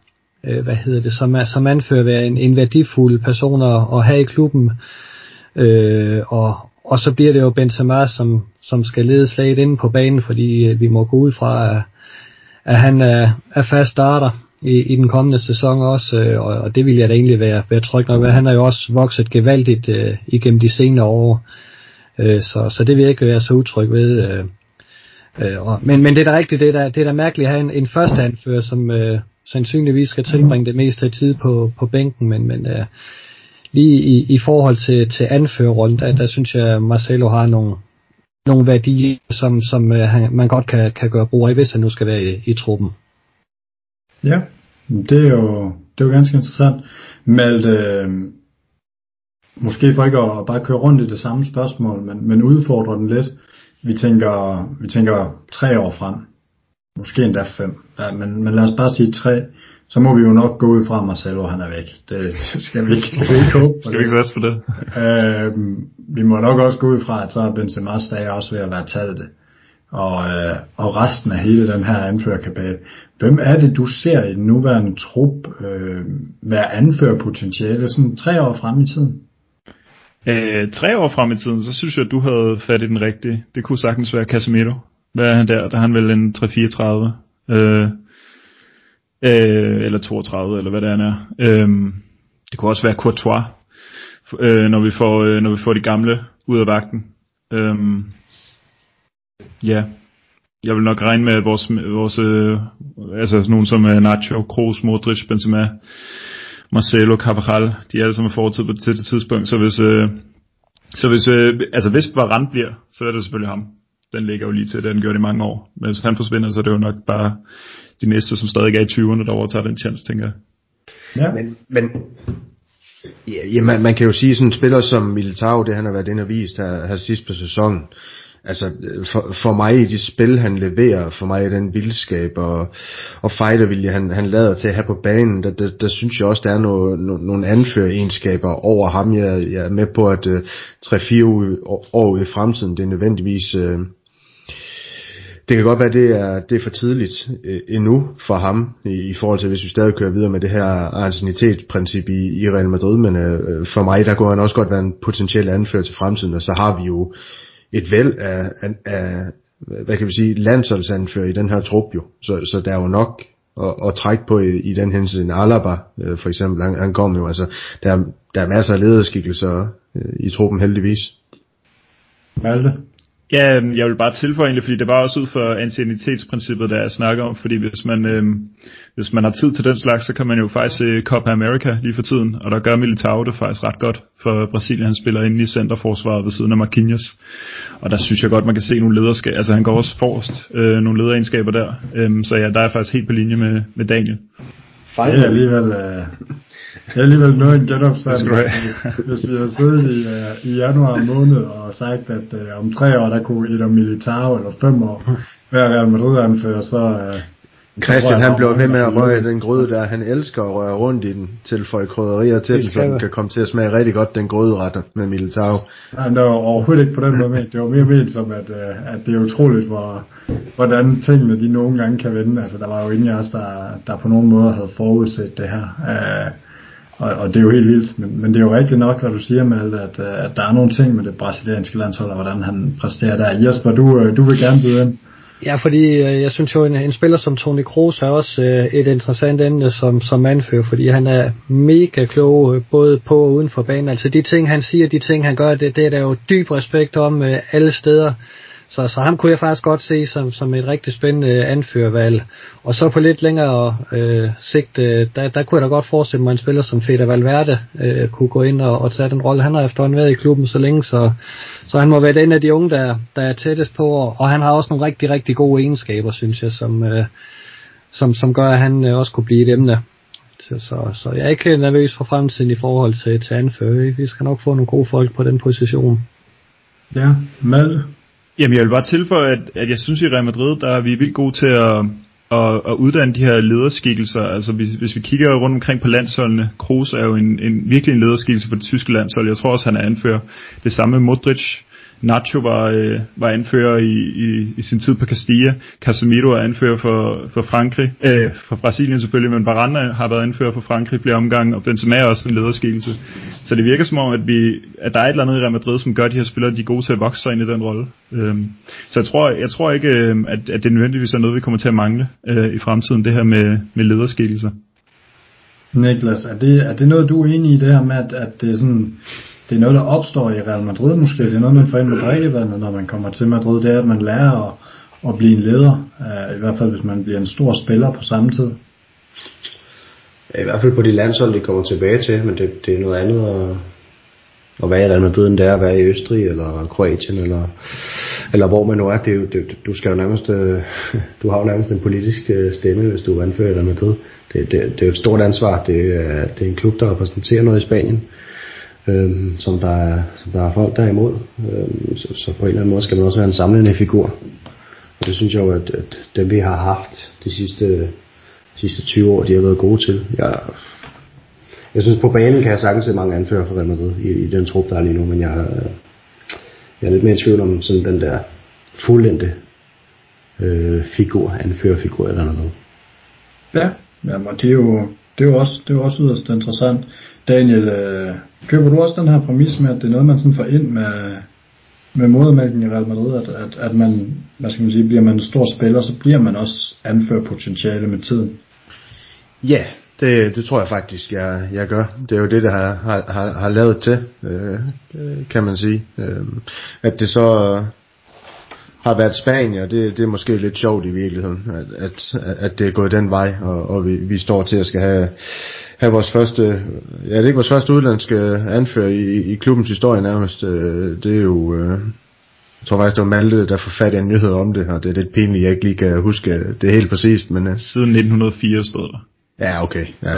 som anfører være en værdifuld person at have i klubben, og så bliver det jo Benzema, som skal lede slaget inde på banen, fordi vi må gå ud fra, at han er fast starter i den kommende sæson også, og det vil jeg da egentlig være tryg nok ved. Han er jo også vokset gevaldigt igennem de senere år, så det vil jeg ikke være så utryg ved. Men det er da rigtigt, det er da mærkeligt at have en første anfører, som sandsynligvis skal tilbringe det meste af tid på bænken, men lige i forhold til anførerrollen, der synes jeg, at Marcelo har nogle værdier, som man godt kan gøre brug af, hvis han nu skal være i truppen. Ja, Det er jo ganske interessant. Malte, måske for ikke at bare køre rundt i det samme spørgsmål, men udfordre den lidt. Vi tænker 3 år frem. Måske endda 5. Ja, men lad os bare sige 3. Så må vi jo nok gå ud fra, at Marcelo han er væk. Det skal vi ikke håbe på. Skal vi ikke satse på det? Vi må nok også gå ud fra, at så er Benzema's dage også ved at være talte. Og resten af hele den her anførerkabale. Hvem er det, du ser i den nuværende trup være anførerpotentiale sådan 3 år frem i tiden? 3 år frem i tiden, så synes jeg, at du havde fat i den rigtige. Det kunne sagtens være Casemiro. Hvad er han der? Der er han vel en 3-34. Eller 32, eller hvad det er. Det kunne også være Courtois, når vi får de gamle ud af vagten. Ja, jeg vil nok regne med vores altså sådan nogen som Nacho, Kroos, Modric, Benzema, Marcelo, Carvajal, de er alle sammen fortid på det tidspunkt. Så hvis Varane bliver, så er det selvfølgelig ham. Den ligger jo lige til, den gjorde det i mange år. Men hvis han forsvinder, så er det jo nok bare de næste, som stadig er i 20'erne, der overtager den chance, tænker jeg. Ja. Men man kan jo sige, sådan en spiller som Militao, det han har været inde og vist her sidst på sæsonen, altså for mig i de spil han leverer, for mig i den vildskab og fightervilje han lader til at have på banen, der synes jeg også der er nogle anføreregenskaber over ham. Jeg er med på at 3-4 år i fremtiden, det er nødvendigvis det kan godt være det er for tidligt endnu for ham i forhold til hvis vi stadig kører videre med det her anciennitetsprincip i Real Madrid, men for mig der kunne han også godt være en potentiel anfører til fremtiden, og så har vi jo et væld af hvad kan vi sige, landsholdsanfører i den her trup jo. Så der er jo nok at trække på i den henseende. Alaba for eksempel, han kom jo, altså der er masser af lederskikkelser i truppen heldigvis. Malte? Ja, jeg vil bare tilføje egentlig, fordi det var også ud for anciennitetsprincippet, der jeg snakker om, fordi hvis man har tid til den slags, så kan man jo faktisk se Copa America lige for tiden, og der gør Militao det faktisk ret godt for Brasilien. Han spiller inde i centerforsvaret ved siden af Marquinhos, og der synes jeg godt, man kan se nogle lederskaber, altså han går også forrest, nogle lederegenskaber der, så ja, der er faktisk helt på linje med Daniel. Det er alligevel noget en genopstand, hvis vi har siddet i januar måned og sagt, at om 3 år, der kunne et om Militao, eller 5 år, hver Real Madrid-anfører, så... Christian, han blev ved med at røre den gryde der, han elsker at røre rundt i den, tilføje krydderier til den, så den kan komme til at smage rigtig godt, den gryderet med Militao. Nej, det var overhovedet ikke på den måde ment. Det var mere ment som, at det er utroligt, hvordan tingene de nogle gange kan vende. Altså, der var jo ingen af os, der på nogen måde havde forudset det her. Og det er jo helt vildt, men det er jo rigtigt nok, hvad du siger, Malte, at der er nogle ting med det brasilianske landshold, og hvordan han præsterer der. Jesper, du vil gerne byde ind. Ja, fordi jeg synes jo, en spiller som Toni Kroos er også et interessant emne som anfører, fordi han er mega klog, både på og uden for banen. Altså de ting, han siger, de ting, han gør, det er der jo dyb respekt om alle steder. Så ham kunne jeg faktisk godt se som et rigtig spændende anførervalg. Og så på lidt længere sigt, der kunne jeg da godt forestille mig, en spiller som Fede Valverde kunne gå ind og tage den rolle. Han har efterhånden været i klubben så længe, så han må være den af de unge, der er tættest på. Og han har også nogle rigtig, rigtig gode egenskaber, synes jeg, som gør, at han også kunne blive et emne. Så jeg er ikke nervøs for fremtiden i forhold til anfører. Vi skal nok få nogle gode folk på den position. Ja, Malte? Jamen jeg vil bare tilføje, at jeg synes i Real Madrid, der er vi vildt gode til at uddanne de her lederskikkelser. Altså hvis vi kigger rundt omkring på landsholdene, Kroos er jo virkelig en lederskikkelse for det tyske landshold. Jeg tror også, han er anfører. Det samme med Modric. Nacho var anfører i sin tid på Castilla. Casemiro er anfører for Frankrig. For Brasilien selvfølgelig, men Varane har været anfører for Frankrig flere omgange, og Benzema er også en lederskikkelse. Så det virker som om, at der er et eller andet i Real Madrid, som gør de her spillere, de er gode til at vokse sig ind i den rolle. Så jeg tror ikke, at det nødvendigvis er noget, vi kommer til at mangle i fremtiden, det her med lederskikkelser. Niklas, er det noget, du er enig i det her med, at det er sådan... Det er noget, der opstår i Real Madrid måske. Det er noget, man får ind med drikkevandet, når man kommer til Madrid. Det er, at man lærer at blive en leder. I hvert fald, hvis man bliver en stor spiller på samme tid. I hvert fald på de landshold, de kommer tilbage til. Men det er noget andet Og hvad er der Madrid, det er at være i Østrig eller Kroatien eller hvor man nu er. Du skal jo nærmest du har jo nærmest en politisk stemme, hvis du anfører Real Madrid. Det er jo et stort ansvar. Det er en klub, der repræsenterer noget i Spanien, som der er folk der er imod. Så på en eller anden måde skal man også være en samlende figur. Og det synes jeg jo, at dem vi har haft de sidste 20 år, de har været gode til. Jeg synes på banen kan jeg sagtens se mange anfører for Real Madrid i den trup der er lige nu, men jeg er lidt mere i tvivl om sådan den der fuldendte anførerfigur eller noget. Ja, men det er jo også yderst interessant. Daniel, køber du også den her præmis med, at det er noget, man sådan får ind med modermælken i Real Madrid, at man, hvad skal man sige, bliver man en stor spiller, så bliver man også anførerpotentiale med tiden? Ja, det tror jeg faktisk, jeg gør. Det er jo det, der har lavet til, kan man sige. At det så har været Spanien, og det er måske lidt sjovt i virkeligheden, at det er gået den vej, og vi står til at skal have vores første, ja, det er ikke vores første udlandske anfører i klubbens historie nærmest. Det er jo, jeg tror faktisk, det var Malte, der får fat i en nyhed om det, og det er lidt pinligt, jeg ikke lige kan huske det helt præcist, men siden 1904 stod der. Ja, okay. Ja.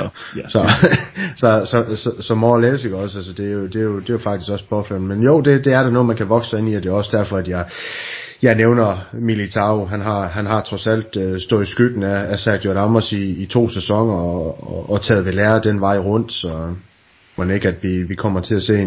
Så more or less, ikke også? Altså, det er jo faktisk også påfaldende. Men jo, det er der noget, man kan vokse ind i, og det er også derfor, at jeg nævner Militao. Han har trods alt stået i skyggen af Sergio Ramos i 2 sæsoner, og taget ved lære den vej rundt, så må ikke, at vi kommer til at se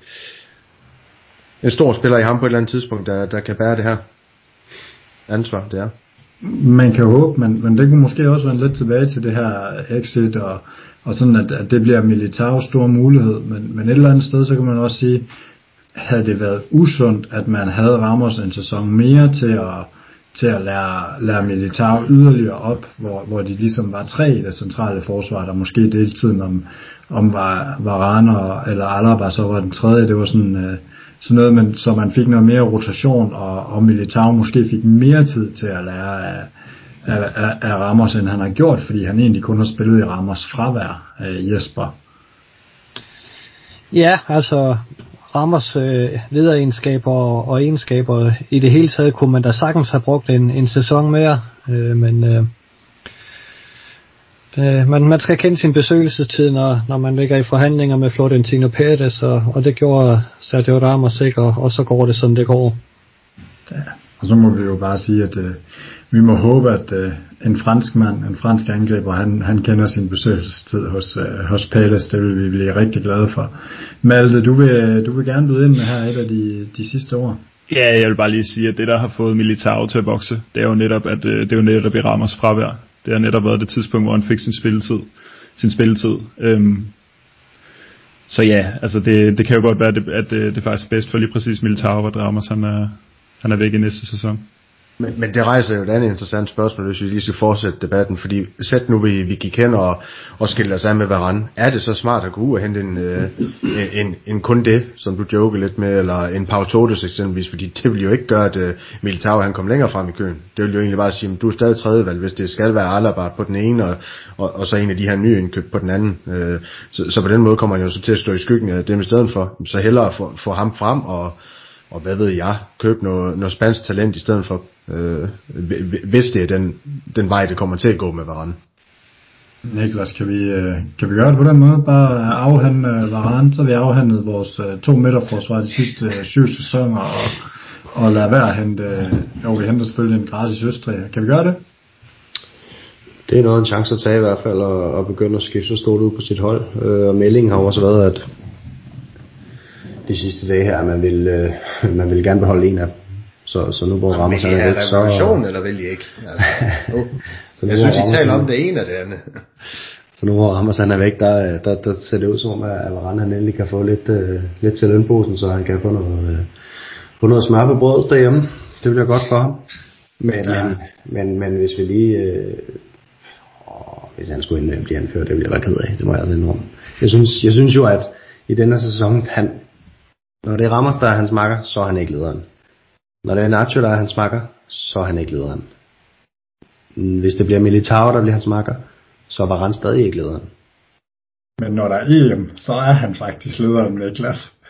en stor spiller i ham på et eller andet tidspunkt, der kan bære det her ansvar, det er. Man kan håbe, men det kunne måske også være lidt tilbage til det her exit, og sådan, at det bliver Militaos store mulighed, men et eller andet sted, så kan man også sige, havde det været usundt, at man havde Ramos en sæson mere til at lære Militao yderligere op, hvor de ligesom var 3 i det centrale forsvar, der måske delte tiden om Varane eller Alaba, så var den tredje, det var sådan noget, så man fik noget mere rotation, og Militao måske fik mere tid til at lære af Ramos, end han har gjort, fordi han egentlig kun har spillet i Ramos fravær, Jesper. Ja, altså Ramos lederegenskaber og egenskaber i det hele taget kunne man da sagtens have brugt en sæson mere, men man skal kende sin besøgelsestid, når man ligger i forhandlinger med Florentino Pérez, og det gjorde Sergio Ramos ikke, og så går det, som det går. Ja, og så må vi jo bare sige, at vi må håbe, at en fransk angriber, han kender sin besøgelsestid hos Pérez. Det vil vi blive rigtig glade for. Malte, du vil gerne byde ind med her et af de sidste ord. Ja, jeg vil bare lige sige, at det, der har fået Militao til at bokse, det er jo netop, at det er jo netop i Ramos fravær. Det har netop været det tidspunkt, hvor han fik sin spilletid. Så ja, altså det kan jo godt være, at det er faktisk bedst for lige præcis Militao, at Ramos han er væk i næste sæson. Men det rejser jo et andet interessant spørgsmål, hvis vi lige skal fortsætte debatten, fordi sæt nu vi gik hen og skilte os af med Varane. Er det så smart at gå ud og hente en kun det, som du joker lidt med, eller en Pau Torres eksempelvis, fordi det vil jo ikke gøre, at Militao han kom længere frem i køen. Det vil jo egentlig bare sige, at du er stadig tredjevalg, hvis det skal være Alaba på den ene, og så en af de her nye indkøb på den anden. Så på den måde kommer han jo så til at stå i skyggen af dem i stedet for. Så hellere få ham frem, og hvad ved jeg, købe noget spansk talent i stedet for, hvis det er den vej, det kommer til at gå med Varane. Niklas, kan vi gøre det på den måde? Bare afhandle Varane, så vi afhandlet vores 2 midterforsvar de sidste 7 sæsoner, og lade være at hente, vi henter selvfølgelig en gratis Østrig. Kan vi gøre det? Det er noget en chance at tage i hvert fald, og begynde at skifte så stort ud på sit hold. Og meldingen har også været, at de sidste dage her, man vil gerne beholde en af dem. Så nu hvor Ramos er væk, så... revolution, eller vil I ikke? Altså, jeg synes, I taler om det ene og det andet. Så nu hvor Ramos er væk, der ser det ud som om, at Varane han endelig kan få lidt til lønposen, så han kan få noget smør på brødet derhjemme. Det bliver godt for ham. Men hvis vi lige... hvis han skulle blive anført, det ville jeg være ked af. Det må jeg altså indrømme. Jeg synes jo, at i denne sæson, når det er Ramos, der er hans makker, så er han ikke lederen. Når det er Nacho, der er hans makker, så er han ikke lederen. Hvis det bliver Militao, der bliver hans makker, så er Varane stadig ikke lederen. Men når der er EM, så er han faktisk lederen, Niklas.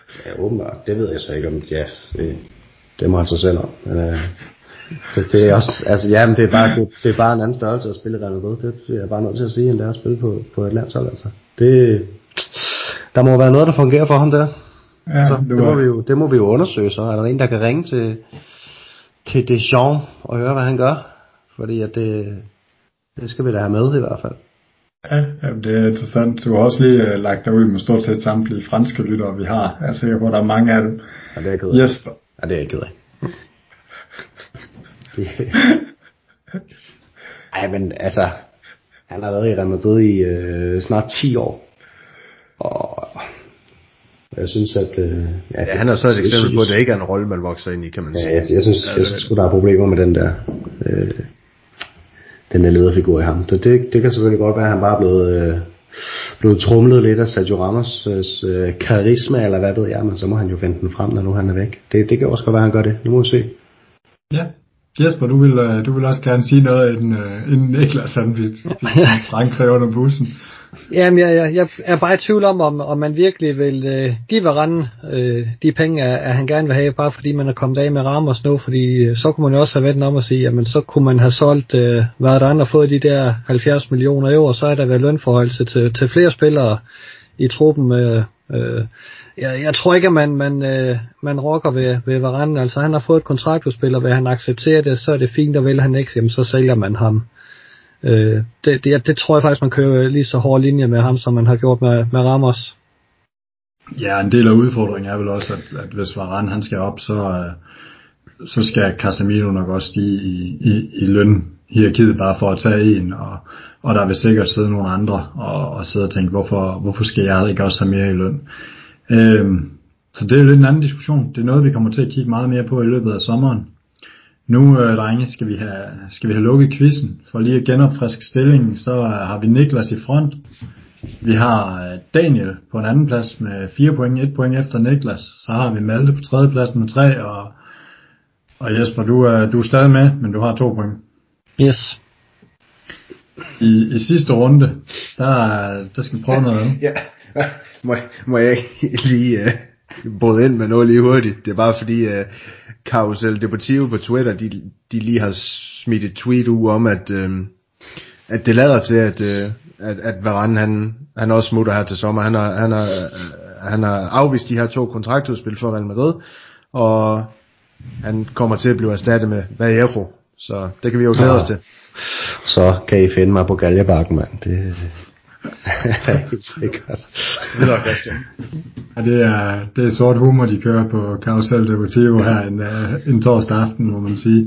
Ja, åbenbart. Det ved jeg så ikke om. Ja, det må han så selv om. Men, det er også, altså ja, men det er bare en anden størrelse at spille Real Madrid. Det er jeg bare nødt til at sige, end det er at spille på et landshold. Altså. Der må være noget, der fungerer for ham der. Ja, så det må vi jo undersøge så. Er der en, der kan ringe til Deschamps og høre, hvad han gør? Fordi at det skal vi da have med i hvert fald. Ja, det er interessant. Du har også lige lagt dig ud med stort set samtlige franske lyttere, vi har. Jeg er sikker på, at der er mange af dem. Ja, det er jeg ked af. Jesper. Ja, det er jeg ked af. Ej, men altså, han har været i Real Madrid i snart 10 år. Og jeg synes, at... han er så et eksempel på, at det ikke er en rolle, man vokser ind i, kan man sige. Ja, jeg synes sgu, der er problemer med den der lederfigur i ham. Det kan selvfølgelig godt være, at han bare er blevet trumlet lidt af Sergio Ramos' karisma, eller hvad ved jeg, men så må han jo finde den frem, når nu han er væk. Det kan også godt være, at han gør det. Nu må vi se. Ja. Jesper, du vil også gerne sige noget, inden Niklas han fik Frankrig under bussen. Jamen, jeg er bare i tvivl om man virkelig vil give Varane de penge, at han gerne vil have, bare fordi man er kommet af med Ramos nu, fordi så kunne man jo også have vendt om at sige, jamen så kunne man have solgt Varane og fået de der 70 millioner euro, så er der været lønforhold til flere spillere i truppen. Jeg tror ikke, at man rokker ved Varane. Altså han har fået et kontraktudspil, og vil han acceptere det, så er det fint, og vil han ikke, jamen, så sælger man ham. Det tror jeg faktisk, man kører lige så hård linje med ham, som man har gjort med Ramos. Ja, en del af udfordringen er vel også, at hvis Varane han skal op, så skal Casemiro nok også stige i lønhierarkiet bare for at tage en, og der vil sikkert sidde nogle andre og sidde og tænke, hvorfor skal jeg ikke også have mere i løn? Så det er jo lidt en anden diskussion. Det er noget, vi kommer til at kigge meget mere på i løbet af sommeren. Nu, drenge, skal vi have lukket quizzen. For lige at genopfriske stillingen, så har vi Niklas i front. Vi har Daniel på en anden plads med 4 point, 1 point efter Niklas. Så har vi Malte på 3. pladsen med 3, og Jesper, du er stadig med, men du har 2 point. Yes. I sidste runde, der skal vi prøve noget andet. Ja, må jeg lige bryde ind med noget lige hurtigt. Det er bare fordi Carousel Deportivo på Twitter, de lige har smidt et tweet ud om, at det lader til, at Varane han også smutter her til sommer. Han har afvist de her 2 kontraktudspil for Real Madrid, og han kommer til at blive erstattet med Vallejo. Så det kan vi jo glæde os til. Så kan I finde mig på Galjebakken, mand. Det er helt sikkert. Det er Christian. Ja, det er sort humor, de kører på Carousel Deportivo her en torsdag aften, må man sige.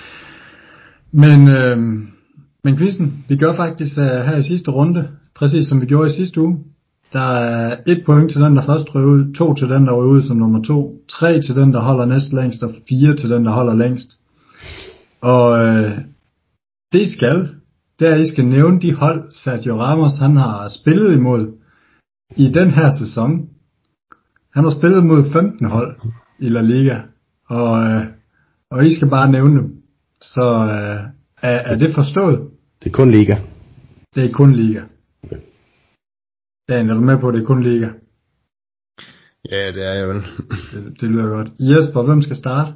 Men quizzen, vi gør faktisk her i sidste runde, præcis som vi gjorde i sidste uge. Der er 1 point til den, der først røg ud, 2 til den, der røg ud som nummer 2, 3 til den, der holder næst længst, og 4 til den, der holder længst. Og det I skal nævne de hold, Sergio Ramos han har spillet imod i den her sæson. Han har spillet mod 15 hold i La Liga, og I skal bare nævne dem. Så er det forstået? Det er kun Liga. Det er kun Liga. Okay. Dan, er du med på, at det er kun Liga? Ja, det er jeg vel. Det lyder godt. Jesper, hvem skal starte?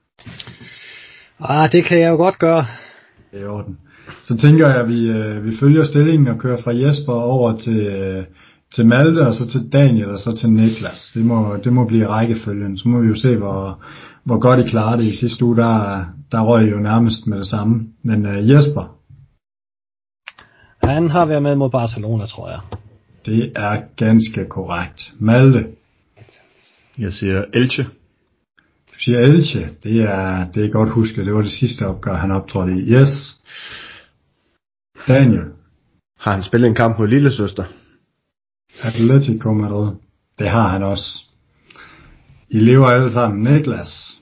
Det kan jeg jo godt gøre. Det er i orden. Så tænker jeg, at vi følger stillingen og kører fra Jesper over til Malte, og så til Daniel, og så til Niklas. Det må blive rækkefølgen. Så må vi jo se, hvor godt I klarer det. I sidste uge, der røg I jo nærmest med det samme. Men Jesper? Han har været med mod Barcelona, tror jeg. Det er ganske korrekt. Malte? Jeg siger Elche. Du siger Elche. Det er godt husket. Det var det sidste opgør, han optrådte i. Yes. Daniel? Har han spillet en kamp mod lillesøster? Atletico Madrid. Det har han også. I lever alle sammen. Niklas?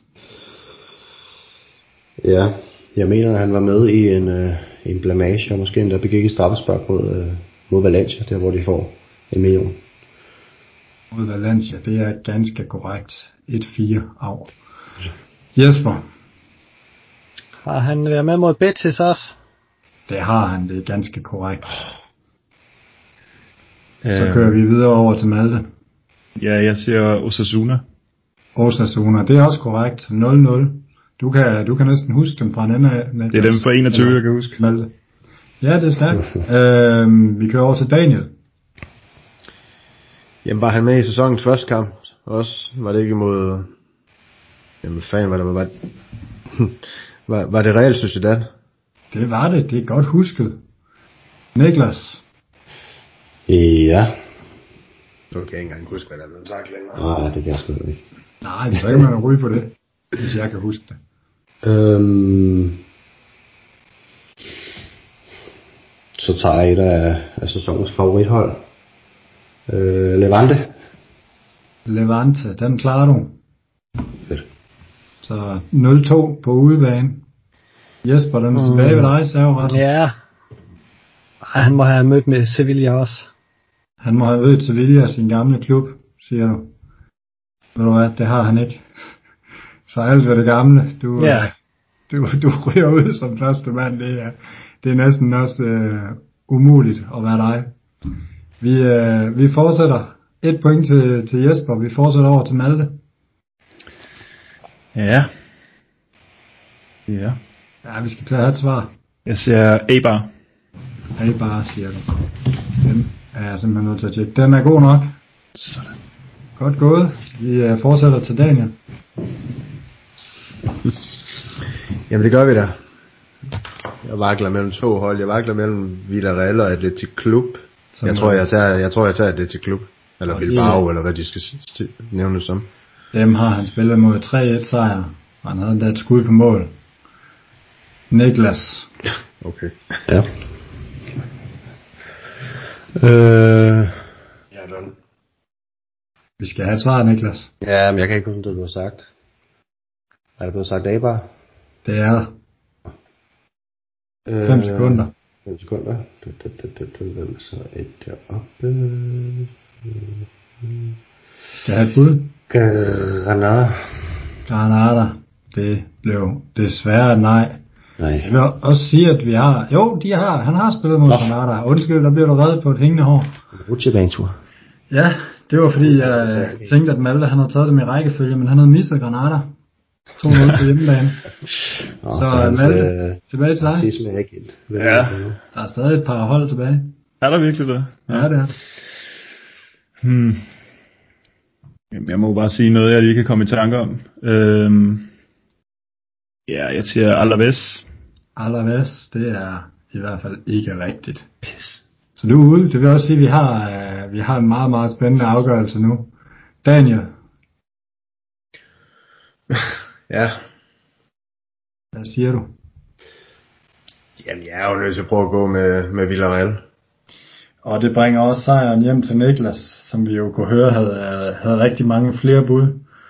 Ja, jeg mener, at han var med i en blamage, og måske endda begik et straffespark mod Valencia, der hvor de får 1 million. Mod Valencia, det er ganske korrekt. 1-4 af. Jesper? Har han været med mod Betis også? Det har han, det er ganske korrekt. Så kører vi videre over til Malte. Ja, jeg siger Osasuna. Osasuna, det er også korrekt. 0-0. Du kan næsten huske dem fra en ende af. Det er dem fra 21, jeg kan huske. Malte. Ja, det er stærkt. Vi kører over til Daniel. Jamen, var han med i sæsonens første kamp? Også var det ikke imod... Jamen, fanden var det? Var det Real Sociedad? Det var det. Det er godt husket. Niklas. Ja. Nu kan jeg ikke engang huske, hvad der er blevet sagt længere. Nej, det kan jeg sgu ikke. Nej, så kan man ryge på det, hvis jeg kan huske det. Så tager jeg et af sæsonens favorithold. Levante. Levante, den klarer du. Fedt. Så 0-2 på udebane. Jesper, den er tilbage ved dig, serveret. Ja. Ej, han må have mødt med Sevilla også. Han må have mødt Sevilla, sin gamle klub, siger du. Ved du hvad, det har han ikke. Så alt ved det gamle, du ryger ud som første mand, det er næsten også umuligt at være dig. Vi fortsætter. 1 point til Jesper, vi fortsætter over til Malte. Ja, vi skal til at have et svar. Jeg siger Eibar. Eibar, siger du. Den er jeg simpelthen nødt til at tjekke. Den er god nok. Sådan. Godt gået. Vi fortsætter til Daniel. Jamen det gør vi da. Jeg vakler mellem 2 hold. Jeg vakler mellem Villarreal og Athletic Club. Jeg tror jeg tager Athletic Club. Eller Bilbao, eller hvad de skal nævnes som. Dem har han spillet mod 3-1 sejr. Han havde endda et skud på mål. Niklas. Okay. Ja. Ja, den. Vi skal have et svar, Niklas. Ja, men jeg kan ikke huske, om det blev sagt. Er det blevet sagt Eibar? Det er 5 sekunder. 5 sekunder. Så et deroppe. Skal jeg have et bud? Granada. Det blev desværre nej. Nej. Jeg vil også sige, at vi har... Jo, han har spillet mod Granada. Undskyld, der bliver du reddet på et hængende hår. Rutsjebanetur. Ja, det var fordi, jeg tænkte, at Malte han havde taget dem i rækkefølge, men han havde misset Granada. 2-0 på hjemmebane. Så Malte, tilbage til dig. Ja. Der er stadig et par hold tilbage. Er der virkelig det? Ja, det er. Jamen, jeg må bare sige noget, jeg lige kan komme i tanke om. Jeg siger Alaves. Alaves, det er i hvert fald ikke rigtigt. Pis. Så du er ude. Det vil også sige, at vi har en meget, meget spændende afgørelse nu. Daniel. Ja. Hvad siger du? Jamen, jeg er jo nødt til at prøve at gå med Villarreal. Og det bringer også sejren hjem til Niklas, som vi jo kunne høre havde rigtig mange flere bud.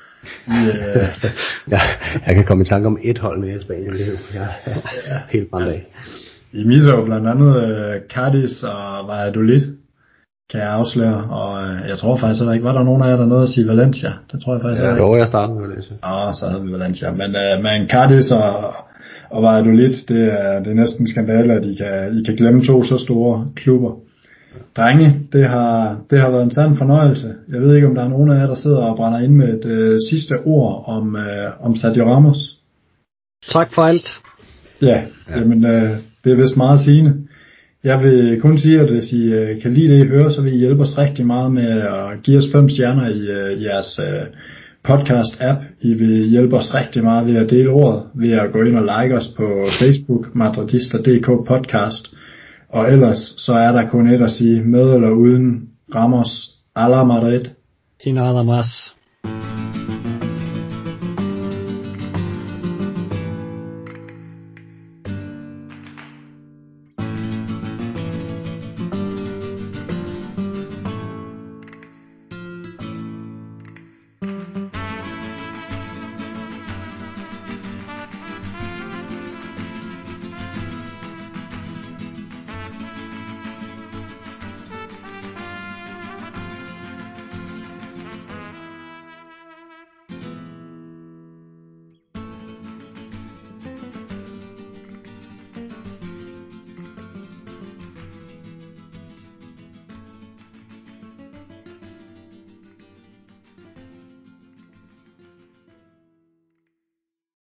Jeg kan komme i tanke om et hold mere i Spanien. Det er helt brændt af. I misser jo blandt andet Cadiz og Valladolid, kan jeg afsløre. Og jeg tror faktisk, at der ikke var der nogen af jer, der nåede at sige Valencia. Det tror jeg faktisk ikke. Jo, jeg startede med Valencia. Så havde vi Valencia. Men Cadiz og Valladolid, det er næsten skandale, at I kan glemme 2 så store klubber. Drenge, det har været en sand fornøjelse. Jeg ved ikke, om der er nogen af jer, der sidder og brænder ind med et sidste ord om Sergio Ramos. Tak for alt. Ja. Jamen, det er vist meget sigende. Jeg vil kun sige, at hvis I kan lide det, I hører, så vil I hjælpe os rigtig meget med at give os 5 stjerner i jeres podcast-app. I vil hjælpe os rigtig meget ved at dele ordet, ved at gå ind og like os på Facebook, madridista.dk podcast. Og ellers så er der kun et at sige, med eller uden Ramos, a la Madrid. Y nada más.